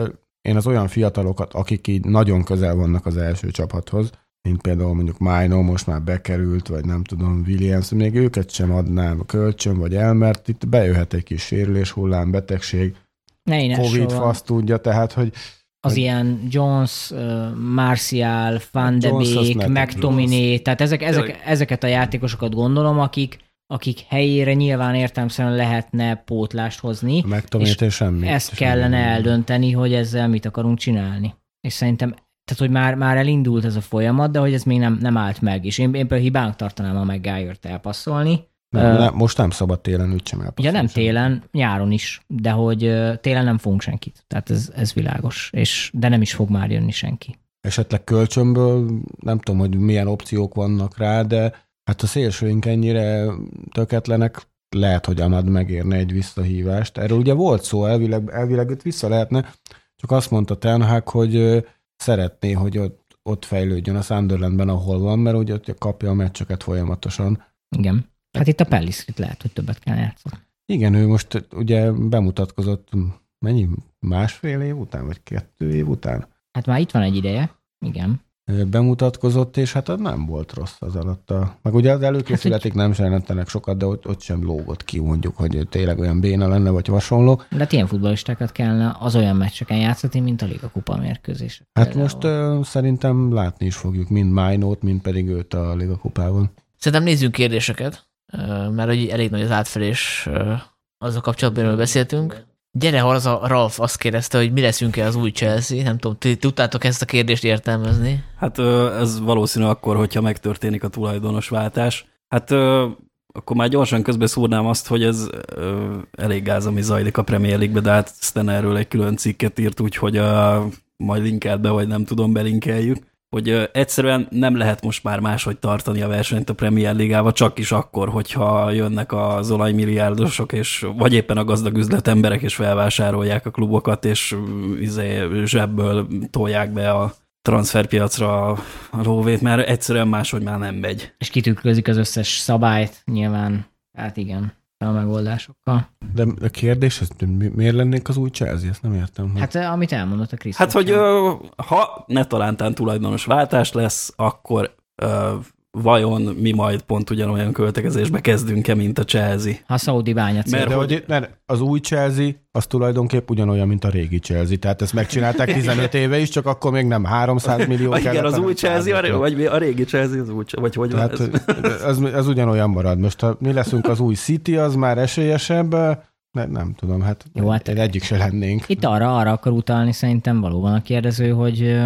én az olyan fiatalokat, akik így nagyon közel vannak az első csapathoz, mint például mondjuk Maino most már bekerült, vagy nem tudom, Williams, még őket sem adnám kölcsön, vagy el, mert itt bejöhet egy kis sérülés, hullám, betegség, ne, Covid fasz tudja, tehát, hogy az hogy ilyen Jones, uh, Martial, Van de Beek, McTominay, tehát ezek, ezek, ezeket a játékosokat gondolom, akik, akik helyére nyilván értelemszerűen lehetne pótlást hozni, és semmi, ezt kellene semmi. eldönteni, hogy ezzel mit akarunk csinálni. És szerintem, tehát hogy már, már elindult ez a folyamat, de hogy ez még nem, nem állt meg. És én, én például hibának tartanám a McGuire-t elpasszolni. Nem, uh, nem, most nem szabad télen úgy sem elpasszolni. Ja nem télen, nyáron is, de hogy uh, télen nem fogunk senkit. Tehát ez, ez világos. És, de nem is fog már jönni senki. Esetleg kölcsönből, nem tudom, hogy milyen opciók vannak rá, de hát a szélsőink ennyire töketlenek, lehet, hogy Amad megérne egy visszahívást. Erről ugye volt szó, elvileg, elvileg őt vissza lehetne, csak azt mondta Ten Hag, hogy szeretné, hogy ott, ott fejlődjön a Sunderlandben, ahol van, mert ugye ott kapja a meccseket folyamatosan. Igen. Hát itt a Pelliszrit lehet, hogy többet kell játszani. Igen, ő most ugye bemutatkozott mennyi? Másfél év után, vagy kettő év után? Hát már itt van egy ideje, igen. Bemutatkozott, és hát az nem volt rossz az alatt. A... Meg ugye az előkészületig hát, nem jelentenek sokat, de ott, ott sem lógott ki, mondjuk, hogy tényleg olyan béna lenne, vagy hasonló. De hát ilyen futballistákat kellene az olyan meccseken játszani, mint a Liga Kupa mérkőzés. Hát például. Most uh, szerintem látni is fogjuk, mind Mainót, mind pedig őt a Liga Kupában. Szerintem nézzünk kérdéseket, mert hogy elég nagy az átfelés, azzal kapcsolatban, amiről beszéltünk. Gyere, ha az a Ralf azt kérdezte, hogy mi leszünk-e az új Chelsea, nem tudom, ti tudtátok ezt a kérdést értelmezni? Hát ez valószínű akkor, hogyha megtörténik a tulajdonosváltás. Hát akkor már gyorsan közbeszúrnám azt, hogy ez elég gáz, ami zajlik a Premier League-be, de hát Stan erről egy külön cikket írt, úgyhogy majd linkelt be, vagy nem tudom, belinkeljük, hogy egyszerűen nem lehet most már máshogy tartani a versenyt a Premier Ligával, csak is akkor, hogyha jönnek az olajmilliárdosok, és vagy éppen a gazdag üzletemberek, és felvásárolják a klubokat, és izé, zsebből tolják be a transferpiacra a lóvét, mert egyszerűen máshogy már nem megy. És kitűkrözik az összes szabályt, nyilván, hát igen, a megoldásokkal. De a kérdés, ez miért lennénk az új Chelsea? Ezt nem értem. Hát amit elmondott a Krisztus. Hát, hogy ö, ha ne talántán tulajdonos váltás lesz, akkor vajon mi majd pont ugyanolyan költekezésbe kezdünk-e, mint a Chelsea. A szaudi bányacél. Mert, hogy, mert az új Chelsea, az tulajdonképp ugyanolyan, mint a régi Chelsea. Tehát ezt megcsinálták tizenöt éve is, csak akkor még nem háromszáz millió kellett. Igen, az új Chelsea, vagy a régi Chelsea, az új, vagy hogy Tehát, az, az ugyanolyan marad. Most ha mi leszünk az új City, az már esélyesebb, ne, nem tudom, hát, jó, hát egyik se lennénk. Itt arra, arra akar utalni szerintem valóban a kérdező, hogy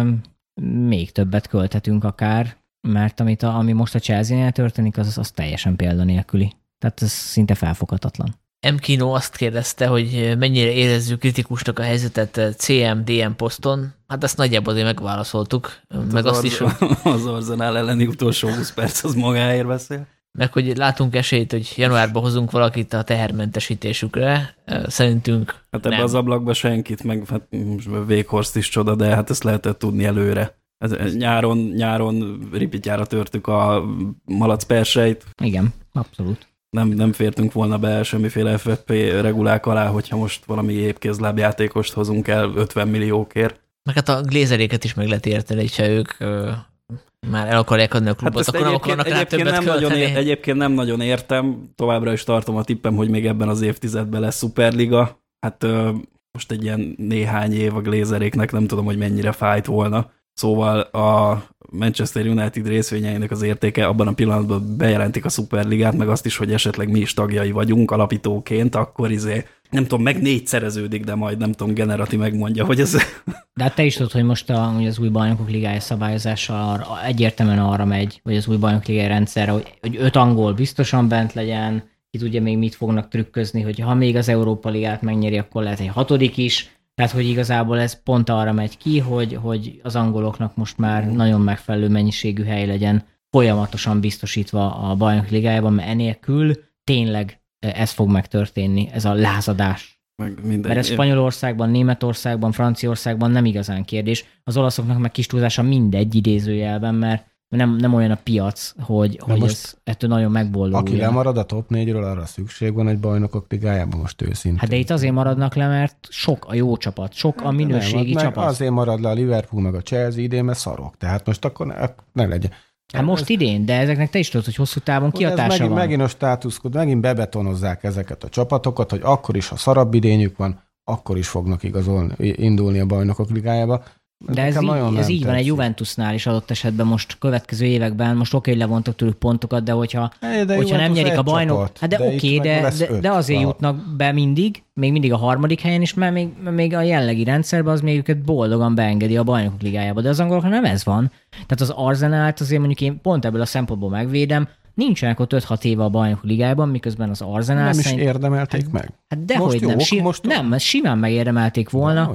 még többet költhetünk akár, mert amit a, ami most a Chelsea-nél történik, az, az teljesen példanélküli. Tehát ez szinte felfoghatatlan. M. Kino azt kérdezte, hogy mennyire érezzük kritikusnak a helyzetet cé em dé em poszton. Hát ezt nagyjából azért megválaszoltuk. Hát meg az azt is, hogy... Az Arsenal elleni utolsó húsz perc az magáért beszél. Meg hogy látunk esélyt, hogy januárban hozunk valakit a tehermentesítésükre. Szerintünk Hát ebbe nem. az ablakba senkit, meg hát Weghorst is csoda, de hát ezt lehetett tudni előre. Ez, nyáron, nyáron ripityára törtük a malac perseit. Igen, abszolút. Nem, nem fértünk volna be semmiféle ef ef pé regulák alá, hogyha most valami épkézlábjátékost hozunk el ötven milliókért. Meg hát a glézeréket is meg lehet érteni, hogyha ők ö, már el akarják adni a klubot, hát akkor nem akarnak rá többet nem költeni. Nagyon ér, egyébként nem nagyon értem, továbbra is tartom a tippem, hogy még ebben az évtizedben lesz Superliga. Hát ö, most egy ilyen néhány év a glézeréknek nem tudom, hogy mennyire fájt volna. Szóval a Manchester United részvényeinek az értéke abban a pillanatban bejelentik a Superligát, meg azt is, hogy esetleg mi is tagjai vagyunk alapítóként, akkor izé, nem tudom, meg négyszereződik, de majd nem tudom, Generati megmondja, hogy ez... De hát te is tudod, hogy most a, hogy az új bajnokok ligája szabályozása arra, egyértelműen arra megy, vagy az új bajnokok ligája rendszerre, hogy, hogy öt angol biztosan bent legyen, ki tudja még mit fognak trükközni, hogy ha még az Európa Ligát megnyeri, akkor lehet egy hatodik is. Tehát, hogy igazából ez pont arra megy ki, hogy, hogy az angoloknak most már nagyon megfelelő mennyiségű hely legyen folyamatosan biztosítva a bajnok ligájában, mert enélkül tényleg ez fog megtörténni, ez a lázadás. Mert ez Spanyolországban, Németországban, Franciaországban nem igazán kérdés. Az olaszoknak meg kis túlzása mindegy idézőjelben, mert nem, nem olyan a piac, hogy, hogy ez ettől nagyon megboldoguljon. Aki lemarad a top négyről, arra szükség van egy bajnokok ligájában, most őszintén. Hát de itt azért maradnak le, mert sok a jó csapat, sok a minőségi nem, csapat. Azért marad le a Liverpool meg a Chelsea idén, mert szarok. Tehát most akkor ne, ne legyen. Hát most ez, idén, de ezeknek te is tudod, hogy hosszú távon kihatása megint, van. Megint a státuszkod, megint bebetonozzák ezeket a csapatokat, hogy akkor is, ha szarabb idényük van, akkor is fognak igazolni, indulni a bajnokok ligájába. De ez, így, ez így van egy Juventusnál is adott esetben most következő években, most oké, hogy levontak tőlük pontokat, de hogyha, de hogyha nem nyerik a bajnok, csapat, hát de, de oké, de, de, de azért öt, jutnak be mindig, még mindig a harmadik helyen is, mert még, még a jellegi rendszerben az még őket boldogan beengedi a bajnokok ligájába, de az angoloknak nem ez van. Tehát az Arsenált azért mondjuk én pont ebből a szempontból megvédem, nincsenek ott öt-hat éve a bajnokok ligájában, miközben az Arsenal nem szerint... is érdemelték hát, meg. Hát dehogy nem, si- most nem, simán megérdemelték volna.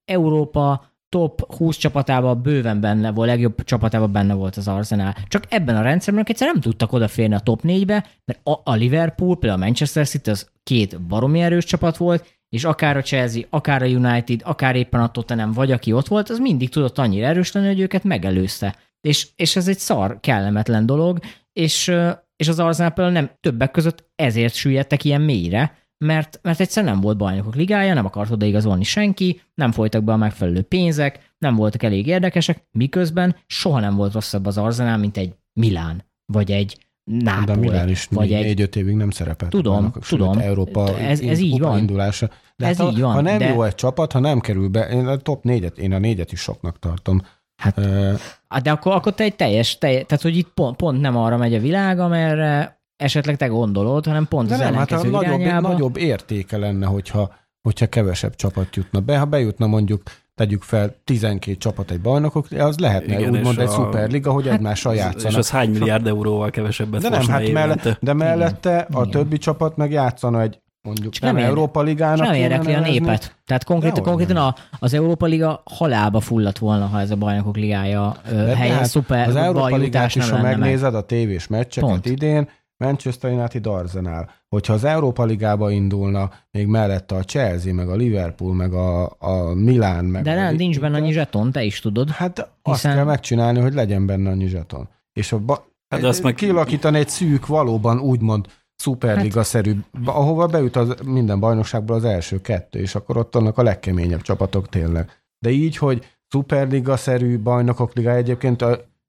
Európa top húsz csapatában bőven benne volt, legjobb csapatában benne volt az Arsenal. Csak ebben a rendszerben egyszer nem tudtak odaférni a top négybe, mert a, a Liverpool, például a Manchester City az két baromi erős csapat volt, és akár a Chelsea, akár a United, akár éppen a Tottenham, vagy aki ott volt, az mindig tudott annyira erős lenni, hogy őket megelőzte. És, és ez egy szar, kellemetlen dolog, és, és az Arsenal például nem többek között ezért süllyedtek ilyen mélyre, mert, mert egyszer nem volt bajnokok ligája, nem akart odaigazolni senki, nem folytak be a megfelelő pénzek, nem voltak elég érdekesek, miközben soha nem volt rosszabb az Arsenal, mint egy Milán, vagy egy Nápoly. De a Milán is vagy egy... négy-öt évig nem szerepelt. Tudom, bajnokok, tudom. Európa ez, ez így van. Indulása. De ez hát így ha, van. Ha nem de... jó egy csapat, ha nem kerül be, én a top négyet, én a négyet is soknak tartom. Hát, uh, de akkor, akkor te egy teljes, teljes, tehát hogy itt pont, pont nem arra megy a világ, amerre esetleg te gondolod, hanem pont de az nem, ellenkező hát irányába. Nagyobb, nagyobb értéke lenne, hogyha, hogyha kevesebb csapat jutna be. Ha bejutna mondjuk, tegyük fel tizenkét csapat egy bajnokok, az lehetne igen, úgymond egy a... szuperliga, hogy hát, egymással játszanak. És az hány milliárd euróval kevesebbet de nem, hát mellette, de mellette igen. a igen. többi csapat meg játszana egy mondjuk csak nem, nem Európa Ligának. Nem érdekli a népet. Tehát konkrétan, konkrétan a, az Európa Liga halálba fulladt volna, ha ez a bajnokok ligája helyen hát szuper az Európa Ligát is, ha megnézed meg. a tévés meccseket Pont. idén, Manchester United Arsenal. Hogyha az Európa Ligába indulna, még mellette a Chelsea, meg a Liverpool, meg a, a Milán, meg de nem, nincs benne annyi zseton, te is tudod. Hát hiszen... azt kell megcsinálni, hogy legyen benne annyi zseton. És a ba... hát azt meg... kilakítani egy szűk, valóban úgymond szuperliga-szerű, hát... ahova beüt az minden bajnokságból az első kettő, és akkor ott vannak a legkeményebb csapatok tényleg. De így, hogy szuperliga-szerű bajnokok ligája egyébként a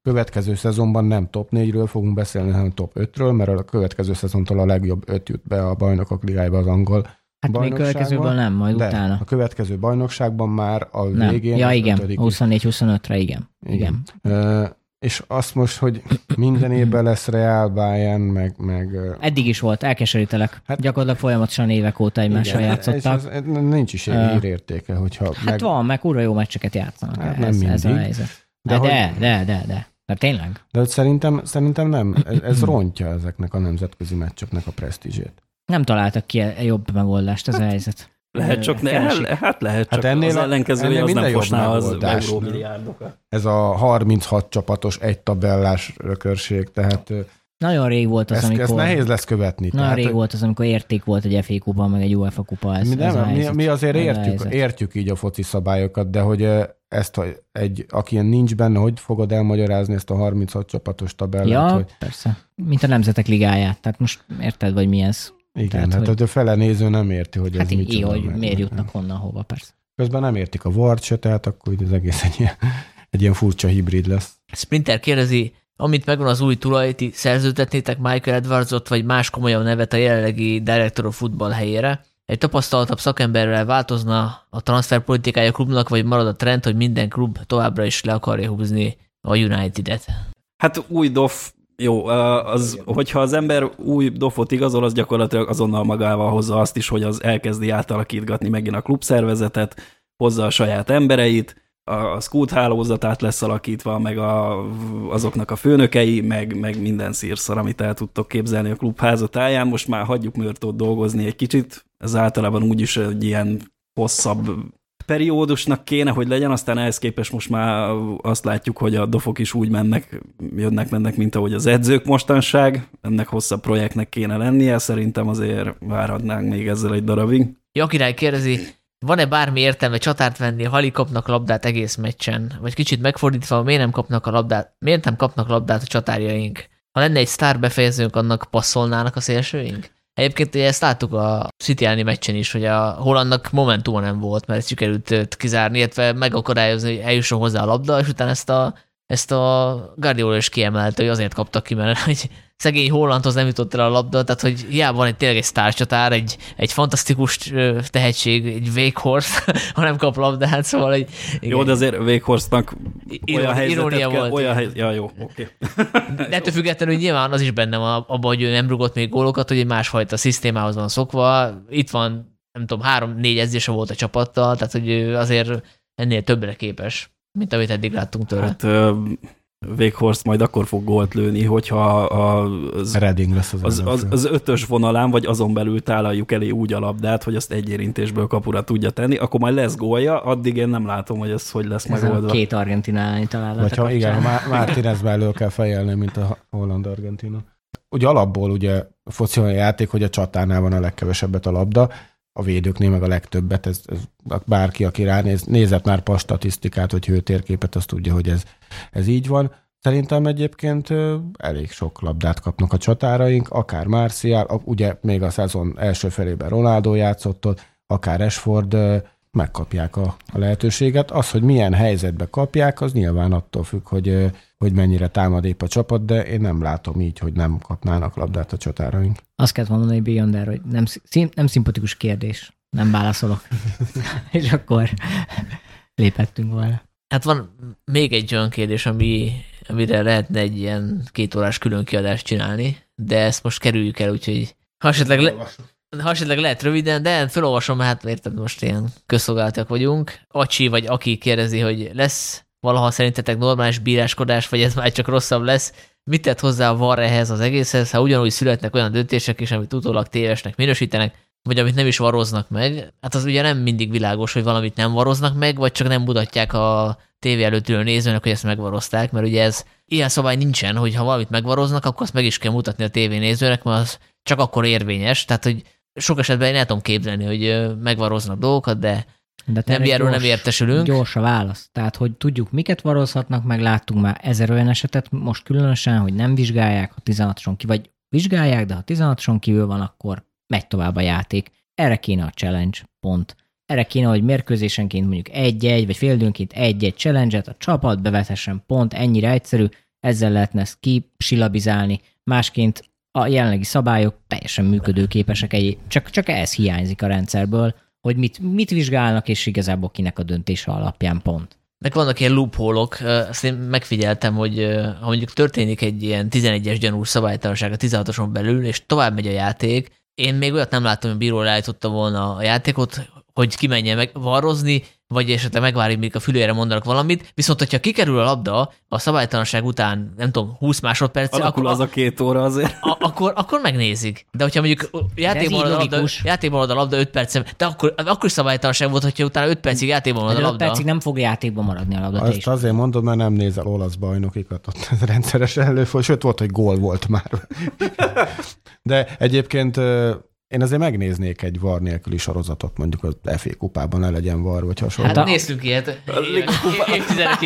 következő szezonban nem top négyről fogunk beszélni, hanem top ötről, mert a következő szezontól a legjobb öt jut be a bajnokok ligájába az angol Hát még következőben nem, majd de utána. a következő bajnokságban már a nem. végén... Ja, igen, huszonnégy huszonötre, igen. igen. igen. Uh, és azt most, hogy minden évben lesz Real Bayern, meg... meg Eddig is volt, elkeserítelek. Hát, gyakorlatilag folyamatosan évek óta egymással játszottak. Ez, nincs is hírértéke, hogyha... Hát meg... van, meg kurva jó meccseket játszanak. Hát ez, nem mindig. Ez a helyzet. De, de, hogy... de, de, de, de. De tényleg? De hogy szerintem, szerintem nem. Ez, ez rontja ezeknek a nemzetközi meccsöknek a presztízsét. Nem találtak ki jobb megoldást, ez a helyzet. Lehet csak, ne, hát lehet csak hát ennél az ellenkezője, az nem fosná az eurómilliárdokat. Ez a harminchat csapatos egy tabellás rökörség, tehát... Nagyon rég volt az, ezt, amikor... Ezt nehéz lesz követni. Nagyon tehát, rég volt az, amikor érték volt egy ef á kupa, meg egy UEFA kupa. Ez, mi, ez nem, a mi, mi azért ez értjük, értjük így a foci szabályokat, de hogy ezt, hogy egy, aki ilyen nincs benne, hogy fogod elmagyarázni ezt a harminchat csapatos tabellát? Ja, hogy... persze. Mint a nemzetek ligáját. Tehát most érted, vagy mi ez? Igen, tehát, hát hogy... a fele néző nem érti, hogy hát ez így, micsoda. hogy miért jutnak honnan, hova, persze. Közben nem értik a vart se, tehát akkor az egész egy ilyen, egy ilyen furcsa hibrid lesz. Sprinter kérdezi, amit megvan az új tulajti, szerződtetnétek Michael Edwardsot vagy más komolyabb nevet a jelenlegi Director of Football helyére? Egy tapasztaltabb szakemberrel változna a transferpolitikája a klubnak, vagy marad a trend, hogy minden klub továbbra is le akarja húzni a United-et? Hát új dof, jó, az, hogyha az ember új dofot igazol, az gyakorlatilag azonnal magával hozza azt is, hogy az elkezdi átalakítgatni megint a klubszervezetet, hozza a saját embereit, a scout hálózatát lesz alakítva, meg a, azoknak a főnökei, meg, meg minden szírszar, amit el tudtok képzelni a klub házatáján. Most már hagyjuk Mörtót dolgozni egy kicsit, ez általában úgyis egy ilyen hosszabb periódusnak kéne, hogy legyen, aztán ehhez képest most már azt látjuk, hogy a dofok is úgy mennek, jönnek, mennek, mint ahogy az edzők mostanság. Ennek hosszabb projektnek kéne lennie, szerintem azért várhatnánk még ezzel egy darabig. Jakirály kérdezi, van-e bármi értelme csatárt venni, ha alig kapnak labdát egész meccsen? Vagy kicsit megfordítva, miért nem kapnak a labdát, miért nem kapnak labdát a csatárjaink? Ha lenne egy sztár befejezőnk, annak passzolnának a szélsőink? Egyébként ugye ezt láttuk a City elleni meccsen is, hogy a Hollandnak momentuma nem volt, mert sikerült kizárni, illetve megakadályozni, hogy eljusson hozzá a labda, és utána ezt a, ezt a Guardiola is kiemelte, hogy azért kaptak ki, mert hogy szegény Hollandhoz nem jutott el a labda, tehát hogy hiába van egy tényleg egy sztárcsatár, egy, egy fantasztikus tehetség, egy Weghorst, ha nem kap labdát, szóval egy... Igen. Jó, de azért Weghorstnak olyan helyzetet kell, volt. Olyan hely... Ja, jó, oké. Okay. De ettől függetlenül nyilván az is benne van abban, hogy ő nem rugott még gólokat, hogy egy másfajta szisztémához van szokva. Itt van, nem tudom, három-négy edzése volt a csapattal, tehát hogy ő azért ennél többre képes, mint amit eddig láttunk tőle. Hát... Ö... Weghorst majd akkor fog gólt lőni, hogyha az, Redding lesz az, az, az, az ötös vonalán, vagy azon belül tálaljuk elé úgy a labdát, hogy azt egy érintésből kapura tudja tenni, akkor majd lesz gólja, addig én nem látom, hogy ez hogy lesz ez megoldva. Két argentinálni találata. Vagy ha igen, Martínezbe elő kell fejelni, mint a holland-argentina. Ugye alapból ugye a foci olyan játék, hogy a csatánál van a legkevesebbet a labda, a védőknél meg a legtöbbet, ez, ez bárki, aki ránéz, nézett már pas statisztikát, vagy hőtérképet, azt tudja, hogy ez, ez így van. Szerintem egyébként elég sok labdát kapnak a csatáraink, akár Martial, ugye még a szezon első felében Ronaldo játszott ott, akár Rashford, megkapják a, a lehetőséget. Az, hogy milyen helyzetbe kapják, az nyilván attól függ, hogy, hogy mennyire támad épp a csapat, de én nem látom így, hogy nem kapnának labdát a csatáraink. Azt kellett mondani, hogy Beyonder, hogy nem, szim, nem szimpatikus kérdés, nem válaszolok. És akkor lépettünk volna. Hát van még egy olyan kérdés, ami, amire lehetne egy ilyen két órás külön kiadást csinálni, de ezt most kerüljük el, úgyhogy ha esetleg, le, ha esetleg lehet röviden, de felolvasom, hát érted, most ilyen közszolgálatiak vagyunk. Acsi vagy aki kérdezi, hogy lesz valaha szerintetek normális bíráskodás, vagy ez már csak rosszabb lesz. Mit tett hozzá a var ehhez az egészhez, ha ugyanúgy születnek olyan döntések is, amit utólag tévesnek minősítenek, vagy amit nem is varoznak meg? Hát az ugye nem mindig világos, hogy valamit nem varoznak meg, vagy csak nem mutatják a tévé előtt ülő nézőnek, hogy ezt megvarozták, mert ugye ez ilyen szabály nincsen, hogy ha valamit megvaroznak, akkor azt meg is kell mutatni a tévénézőnek, mert az csak akkor érvényes. Tehát, hogy sok esetben én el tudom képzelni, hogy megvaroznak dolgokat, de, de nem erről nem értesülünk. Gyors a válasz. Tehát, hogy tudjuk, miket varozhatnak, meg láttunk már ezer olyan esetet, most különösen, hogy nem vizsgálják, ha tizenhatoson ki, vagy vizsgálják, de ha tizenhatoson kívül van, akkor megy tovább a játék. Erre kéne a challenge, pont. Erre kéne, hogy mérkőzésenként mondjuk egy-egy, vagy fél időnként egy-egy challenge-et a csapat bevethessen, pont, ennyire egyszerű. ezzel lehetne ezt kisilabizálni. Másként a jelenlegi szabályok teljesen működőképesek, egy, csak, csak ez hiányzik a rendszerből, hogy mit, mit vizsgálnak, és igazából kinek a döntése alapján pont. Meg vannak ilyen loophole-ok, azt én megfigyeltem, hogy ha mondjuk történik egy ilyen tizenegyes gyanús szabálytalanság a tizenhatoson belül, és tovább megy a játék, én még olyat nem láttam, hogy a bíró leállította volna a játékot, hogy kimenjen meg varrozni, vagy esetleg megvárjuk, míg a fülére mondanak valamit, viszont hogyha kikerül a labda a szabálytalanság után, nem tudom, húsz másodperc, alakul akkor, az a két óra azért. A, akkor, akkor megnézik. De hogyha mondjuk játékban marad a labda, játékban marad a labda öt percen, de akkor, akkor is szabálytalanság volt, hogyha utána öt percig játékban marad a labda. öt percig nem fog játékban maradni a labda. Azt azért mondod, mert nem nézel olasz bajnokikat, ott ez rendszeresen előfordul, sőt volt, hogy gól volt már. De egyébként én azért megnéznék egy var nélküli sorozatot, mondjuk az ef á kupában ne legyen var, vagy hasonló. Hát néztünk ilyet évtizedekig.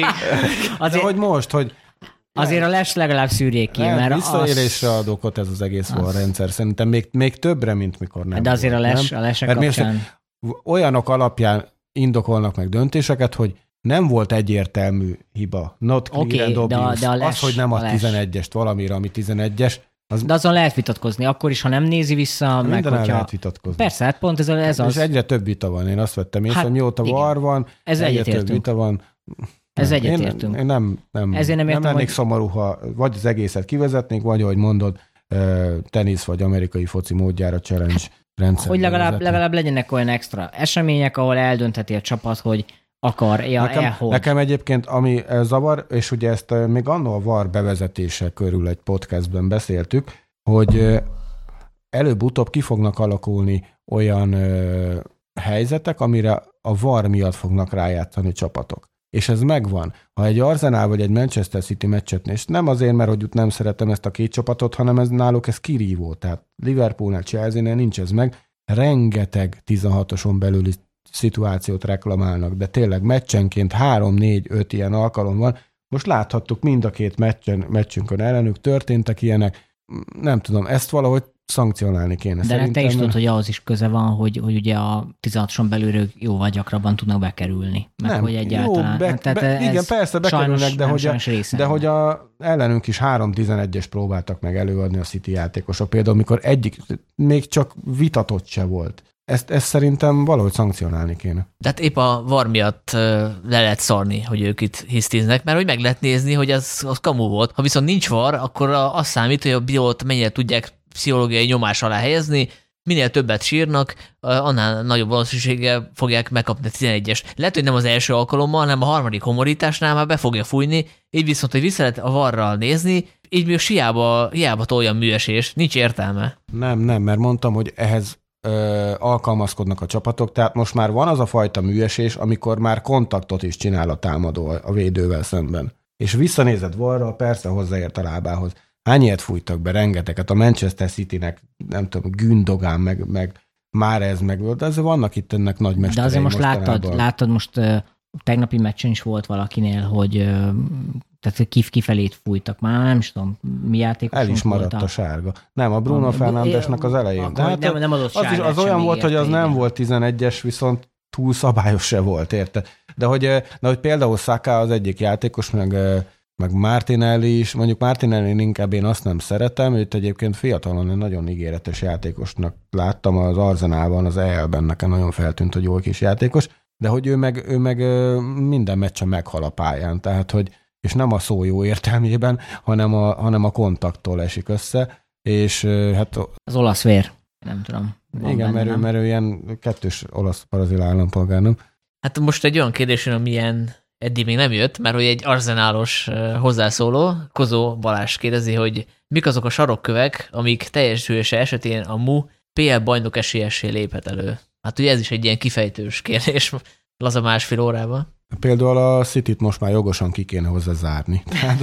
De hogy most, hogy azért a les legalább szűrjék ki, mert visszaélésre az... ad okot ez az egész var rendszer. Szerintem még, még többre, mint mikor nem. De azért volt, a les, nem? a lesek mert kapcsán... olyanok alapján indokolnak meg döntéseket, hogy nem volt egyértelmű hiba. Not clear okay, and obvious. De, de les, az, hogy nem a tizenegyest valamire, ami tizenegyes. Az... De azon lehet vitatkozni. Akkor is, ha nem nézi vissza, meg hogyha... lehet vitatkozni. Persze, hát pont ez, ez az. És egyre több vita van. Én azt vettem észre, hát, hogy mióta igen. var van, ez egyre több vita van. Ez nem. egyetértünk. Én, én nem, nem, Ezért nem, nem értem, lennék hogy... szomorú, ha vagy az egészet kivezetnék, vagy ahogy mondod, tenisz vagy amerikai foci módjára challenge rendszer. Hogy legalább, legalább legyenek olyan extra események, ahol eldöntheti a csapat, hogy akarja nekem, nekem egyébként, ami zavar, és ugye ezt még annó a var bevezetése körül egy podcastben beszéltük, hogy előbb-utóbb ki fognak alakulni olyan ö, helyzetek, amire a var miatt fognak rájátszani csapatok. És ez megvan. Ha egy Arsenal vagy egy Manchester City meccset, és nem azért, mert hogy nem szeretem ezt a két csapatot, hanem ez náluk ez kirívó. Tehát Liverpoolnál, Chelsea-nél nincs ez meg. Rengeteg tizenhatoson belüli szituációt reklamálnak, de tényleg meccsenként három, négy, öt ilyen alkalom van. Most láthattuk mind a két meccsen, meccsünkön ellenük, történtek ilyenek. Nem tudom, ezt valahogy szankcionálni kéne. De szerintem. te is tudod, hogy ahhoz is köze van, hogy, hogy ugye a tizenhatoson belül jóval gyakrabban tudnak bekerülni. Meg nem, hogy egyáltalán. jó, be, tehát be, igen, persze bekerülnek, de, hogy a, de hogy a ellenünk is három tizenegyes próbáltak meg előadni a City játékosok. Például, amikor egyik még csak vitatott se volt. Ezt, ezt szerintem valahogy szankcionálni kéne. Tehát épp a var miatt le lehet szarni, hogy ők itt hisztiznek, mert hogy meg lehet nézni, hogy az, az kamu volt. Ha viszont nincs var, akkor az számít, hogy a biót mennyire tudják pszichológiai nyomás alá helyezni, minél többet sírnak, annál nagyobb valószínűséggel fogják megkapni a tizenegyes. Lehet, hogy nem az első alkalommal, hanem a harmadik homorításnál már be fogja fújni, így viszont, hogy vissza lehet a varral nézni, így még hiába, hiába tolja műesés, nincs értelme. Nem, nem, mert mondtam, hogy ehhez ö, alkalmazkodnak a csapatok, tehát most már van az a fajta műesés, amikor már kontaktot is csinál a támadó a védővel szemben. És visszanézed varra, persze hozzáért a lábához. Hány ilyet fújtak be, rengeteget. A Manchester Citynek, nem tudom, Gündogán, meg, meg Márez, meg, de azért vannak itt ennek nagy mesterei. De azért most láttad, láttad most uh, tegnapi meccsen is volt valakinél, hogy uh, tehát kif kifelét fújtak. Már nem is tudom, mi játékosunk el is maradt volt a... a sárga. Nem, a Bruno Fernándesnek az elején. De hát nem, nem adott az, is, az olyan volt, hogy az nem volt tizenegyes, viszont túl szabályos se volt, érted? De hogy, de hogy például Saka az egyik játékos, meg meg Martinelli is, mondjuk Martinelli inkább én azt nem szeretem, őt egyébként fiatalon egy nagyon ígéretes játékosnak láttam az Arsenalban, az é el-ben nekem nagyon feltűnt, hogy jó kis játékos, de hogy ő meg, ő meg minden meccsen meghal a pályán, tehát hogy, és nem a szó jó értelmében, hanem a, hanem a kontaktól esik össze, és hát... Az olasz vér, nem tudom. Igen, mert ő, mert ő ilyen kettős olasz-brazil állampolgár, nem? Hát most egy olyan kérdés, amilyen eddig még nem jött, mert hogy egy arzenálos hozzászóló, Kozó Balázs kérdezi, hogy mik azok a sarokkövek, amik teljesülése esetén a em u pé el bajnok esélyessé léphet elő. Hát ugye ez is egy ilyen kifejtős kérdés, laza másfél órában. Például a Cityt most már jogosan ki kéne hozzá zárni. Tehát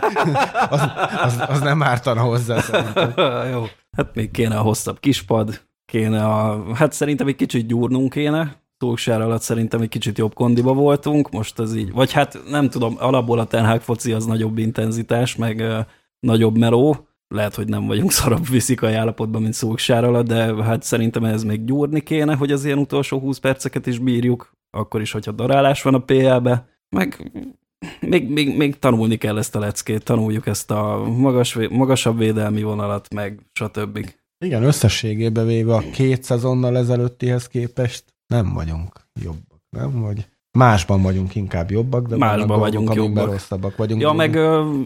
az, az, az nem ártana hozzá szerintem. Jó. Hát még kéne a hosszabb kispad, kéne a... Hát szerintem egy kicsit gyúrnunk kéne. Solskjaer alatt szerintem egy kicsit jobb kondiba voltunk, most az így, vagy hát nem tudom, alapból a Ten Hag foci az nagyobb intenzitás, meg uh, nagyobb meló, lehet, hogy nem vagyunk szarabb fizikai állapotban, mint Solskjaer alatt, de hát szerintem ez még gyúrni kéne, hogy az ilyen utolsó húsz perceket is bírjuk, akkor is, hogyha darálás van a pé el-be, meg még, még, még tanulni kell ezt a leckét, tanuljuk ezt a magas, magasabb védelmi vonalat, meg stb. Igen, összességében véve a két szezonnal ezelőttihez képest nem vagyunk jobbak, nem? Vagy másban vagyunk inkább jobbak, de másban vagyunk jobbak. Rosszabbak vagyunk. Ja, meg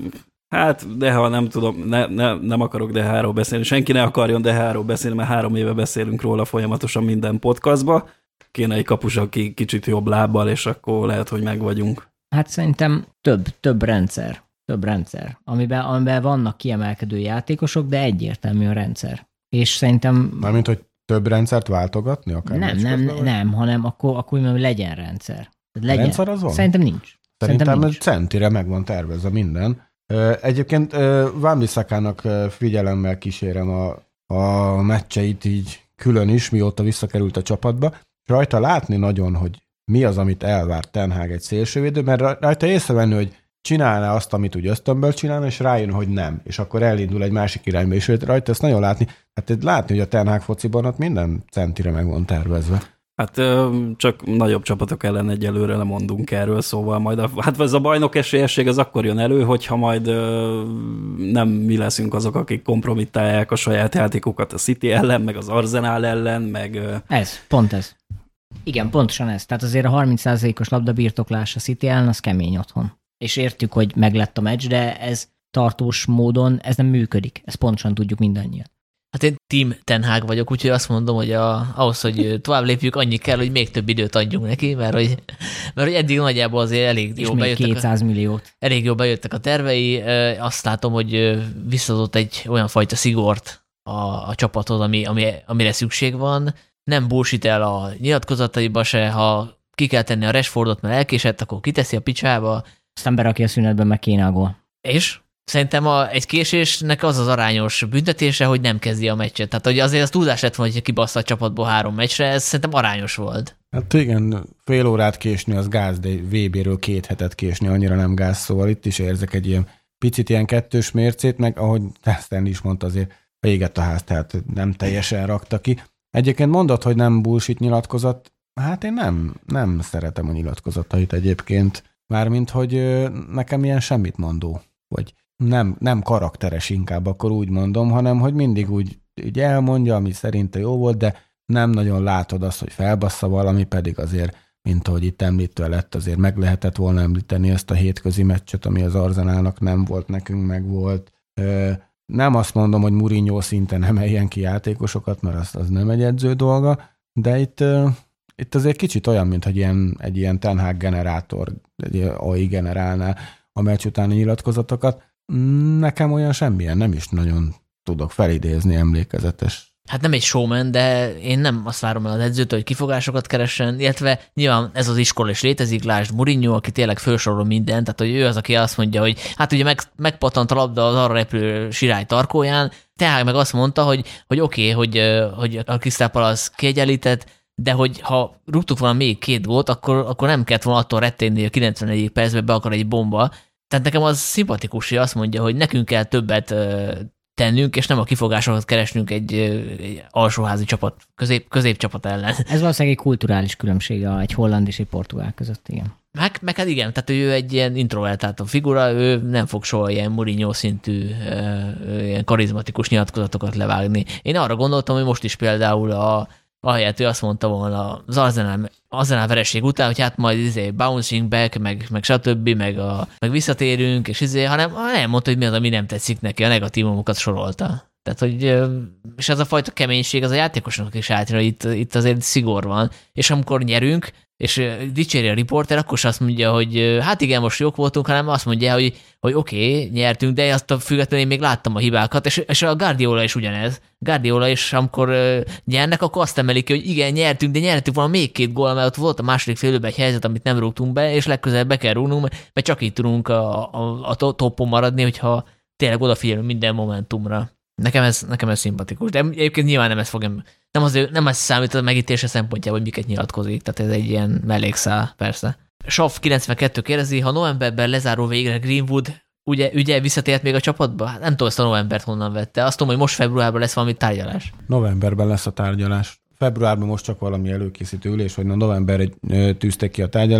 hát, de ha nem tudom, ne, ne, nem akarok dé há-ról beszélni, senki ne akarjon dé há-ról beszélni, mert három éve beszélünk róla folyamatosan minden podcastba. Kéne egy kapus, aki kicsit jobb lábbal, és akkor lehet, hogy meg vagyunk. Hát szerintem több, több rendszer, több rendszer, amiben, amiben vannak kiemelkedő játékosok, de egyértelmű a rendszer. És szerintem... Mármint, hogy több rendszert váltogatni? Akár nem, nem, nem, nem, hanem akkor, akkor hogy legyen rendszer. Legyen. Rendszer az van? Szerintem nincs. Szerintem, Szerintem nincs. centire meg van tervezve minden. Egyébként Wan-Bissakának figyelemmel kísérem a, a meccseit így külön is, mióta visszakerült a csapatba, és rajta látni nagyon, hogy mi az, amit elvár Ten Hag egy szélsővédő, mert rajta észrevenni, hogy csinálná azt, amit úgy ösztönből csinálna, és rájön, hogy nem, és akkor elindul egy másik irányba, és rajta ezt nagyon látni. Hát látni, hogy a Ten Hag fociban ott minden centire meg van tervezve. Hát csak nagyobb csapatok ellen egyelőre lemondunk erről, szóval majd a, hát ez a bajnok esélyesség az akkor jön elő, hogyha majd nem mi leszünk azok, akik kompromittálják a saját játékokat a City ellen, meg az Arsenal ellen, meg... Ez, pont ez. Igen, pontosan ez. Tehát azért a harminc százalékos labdabirtoklás a City ellen, az kemény otthon. És értjük, hogy meglett a meccs, de ez tartós módon, ez nem működik. Ezt pontosan tudjuk mindannyian. Hát én Team Ten Hag vagyok, úgyhogy azt mondom, hogy a, ahhoz, hogy tovább lépjük, annyi kell, hogy még több időt adjunk neki, mert hogy, mert hogy eddig nagyjából azért elég jó bejöttek. kétszáz milliót. Elég jó bejöttek a tervei. Azt látom, hogy visszadott egy olyan fajta szigort a, a csapathoz, ami, ami, amire szükség van. Nem bullshit el a nyilatkozataiba se, ha ki kell tenni a Rashfordot, mert elkésett, akkor kiteszi a picsába. Aztán berakja a szünetben, meg kéne a gól. És? Szerintem a, egy késésnek az az arányos büntetése, hogy nem kezdi a meccset. Tehát hogy azért az túlzás lett volna, hogy kibassza a csapatból három meccsre, ez szerintem arányos volt. Hát igen, fél órát késni az gáz, de vé béről két hetet késni annyira nem gáz, szóval itt is érzek egy ilyen picit ilyen kettős mércét, meg ahogy Stanley is mondta, azért égett a ház, tehát nem teljesen rakta ki. Egyébként mondod, hogy nem bullshit nyilatkozat, hát én nem, nem szeretem a nyilatkozatait egyébként, mármint, hogy nekem ilyen semmit mondó, vagy nem, nem karakteres inkább, akkor úgy mondom, hanem, hogy mindig úgy, úgy elmondja, ami szerinte jó volt, de nem nagyon látod azt, hogy felbassza valami, pedig azért, mint ahogy itt említve lett, azért meg lehetett volna említeni ezt a hétközi meccset, ami az Arsenalnak nem volt, nekünk meg volt. Nem azt mondom, hogy Mourinho szinten emeljen ki játékosokat, mert az, az nem egy edző dolga, de itt, itt azért kicsit olyan, mint hogy ilyen, egy ilyen Ten Hag generátor, egy á i generálná a meccs utáni nyilatkozatokat. Nekem olyan semmilyen, nem is nagyon tudok felidézni emlékezetes. Hát nem egy showman, de én nem azt várom el az edzőtől, hogy kifogásokat keressen, illetve nyilván ez az iskola is létezik, lásd Mourinho, aki tényleg felsorol mindent, tehát hogy ő az, aki azt mondja, hogy hát ugye meg, megpattant a labda az arra repülő sirály tarkóján, tehát meg azt mondta, hogy, hogy oké, okay, hogy, hogy a Crystal Palace kiegyenlített, de hogy ha rúgtuk volna még két gólt, akkor, akkor nem kellett volna attól rettenni, hogy a kilencvenegy percben be akar egy bomba. Tehát nekem az szimpatikus, hogy azt mondja, hogy nekünk kell többet tennünk, és nem a kifogásokat keresnünk egy, egy alsóházi csapat, közép, középcsapat ellen. Ez valószínűleg egy kulturális különbség egy holland és egy portugál között, igen. Meg, meg hát igen, tehát ő egy ilyen introvertáltabb figura, ő nem fog soha ilyen Mourinho szintű, ilyen karizmatikus nyilatkozatokat levágni. Én arra gondoltam, hogy most is például a ahelyett ő azt mondta volna az Arsenal, Arsenal vereség után, hogy hát majd izé bouncing back, meg, meg stb., meg, a, meg visszatérünk, és izé, hanem nem mondta, hogy mi az, ami nem tetszik neki, a negatívumokat sorolta. Tehát, hogy, és ez a fajta keménység az a játékosnak is általán, itt, itt azért szigor van, és amikor nyerünk, és dicséri a riporter, akkor is azt mondja, hogy hát igen, most jók voltunk, hanem azt mondja, hogy, hogy oké, okay, nyertünk, de azt a függetlenül én még láttam a hibákat, és, és a Guardiola is ugyanez. Guardiola is, amikor uh, nyernek, akkor azt emelik ki, hogy igen, nyertünk, de nyertünk volna még két gól, mert ott volt a második félidőben egy helyzet, amit nem rúgtunk be, és legközelebb be kell rúgnunk, mert csak így tudunk a, a, a toppon maradni, hogyha tényleg odafigyelünk minden momentumra. Nekem ez, nekem ez szimpatikus, de egyébként nyilván nem ez fog, nem az, nem az számít a megítése szempontjából, hogy miket nyilatkozik, tehát ez egy ilyen mellékszál, persze. Sav kilencvenkettő kérdezi, ha novemberben lezárul végre Greenwood, ugye, ugye visszatért még a csapatba? Hát nem tudom, ezt a novembert honnan vette. Azt tudom, hogy most februárban lesz valami tárgyalás. Novemberben lesz a tárgyalás. Februárban most csak valami előkészítő ülés, vagy novemberre tűztek ki a tárgyalást.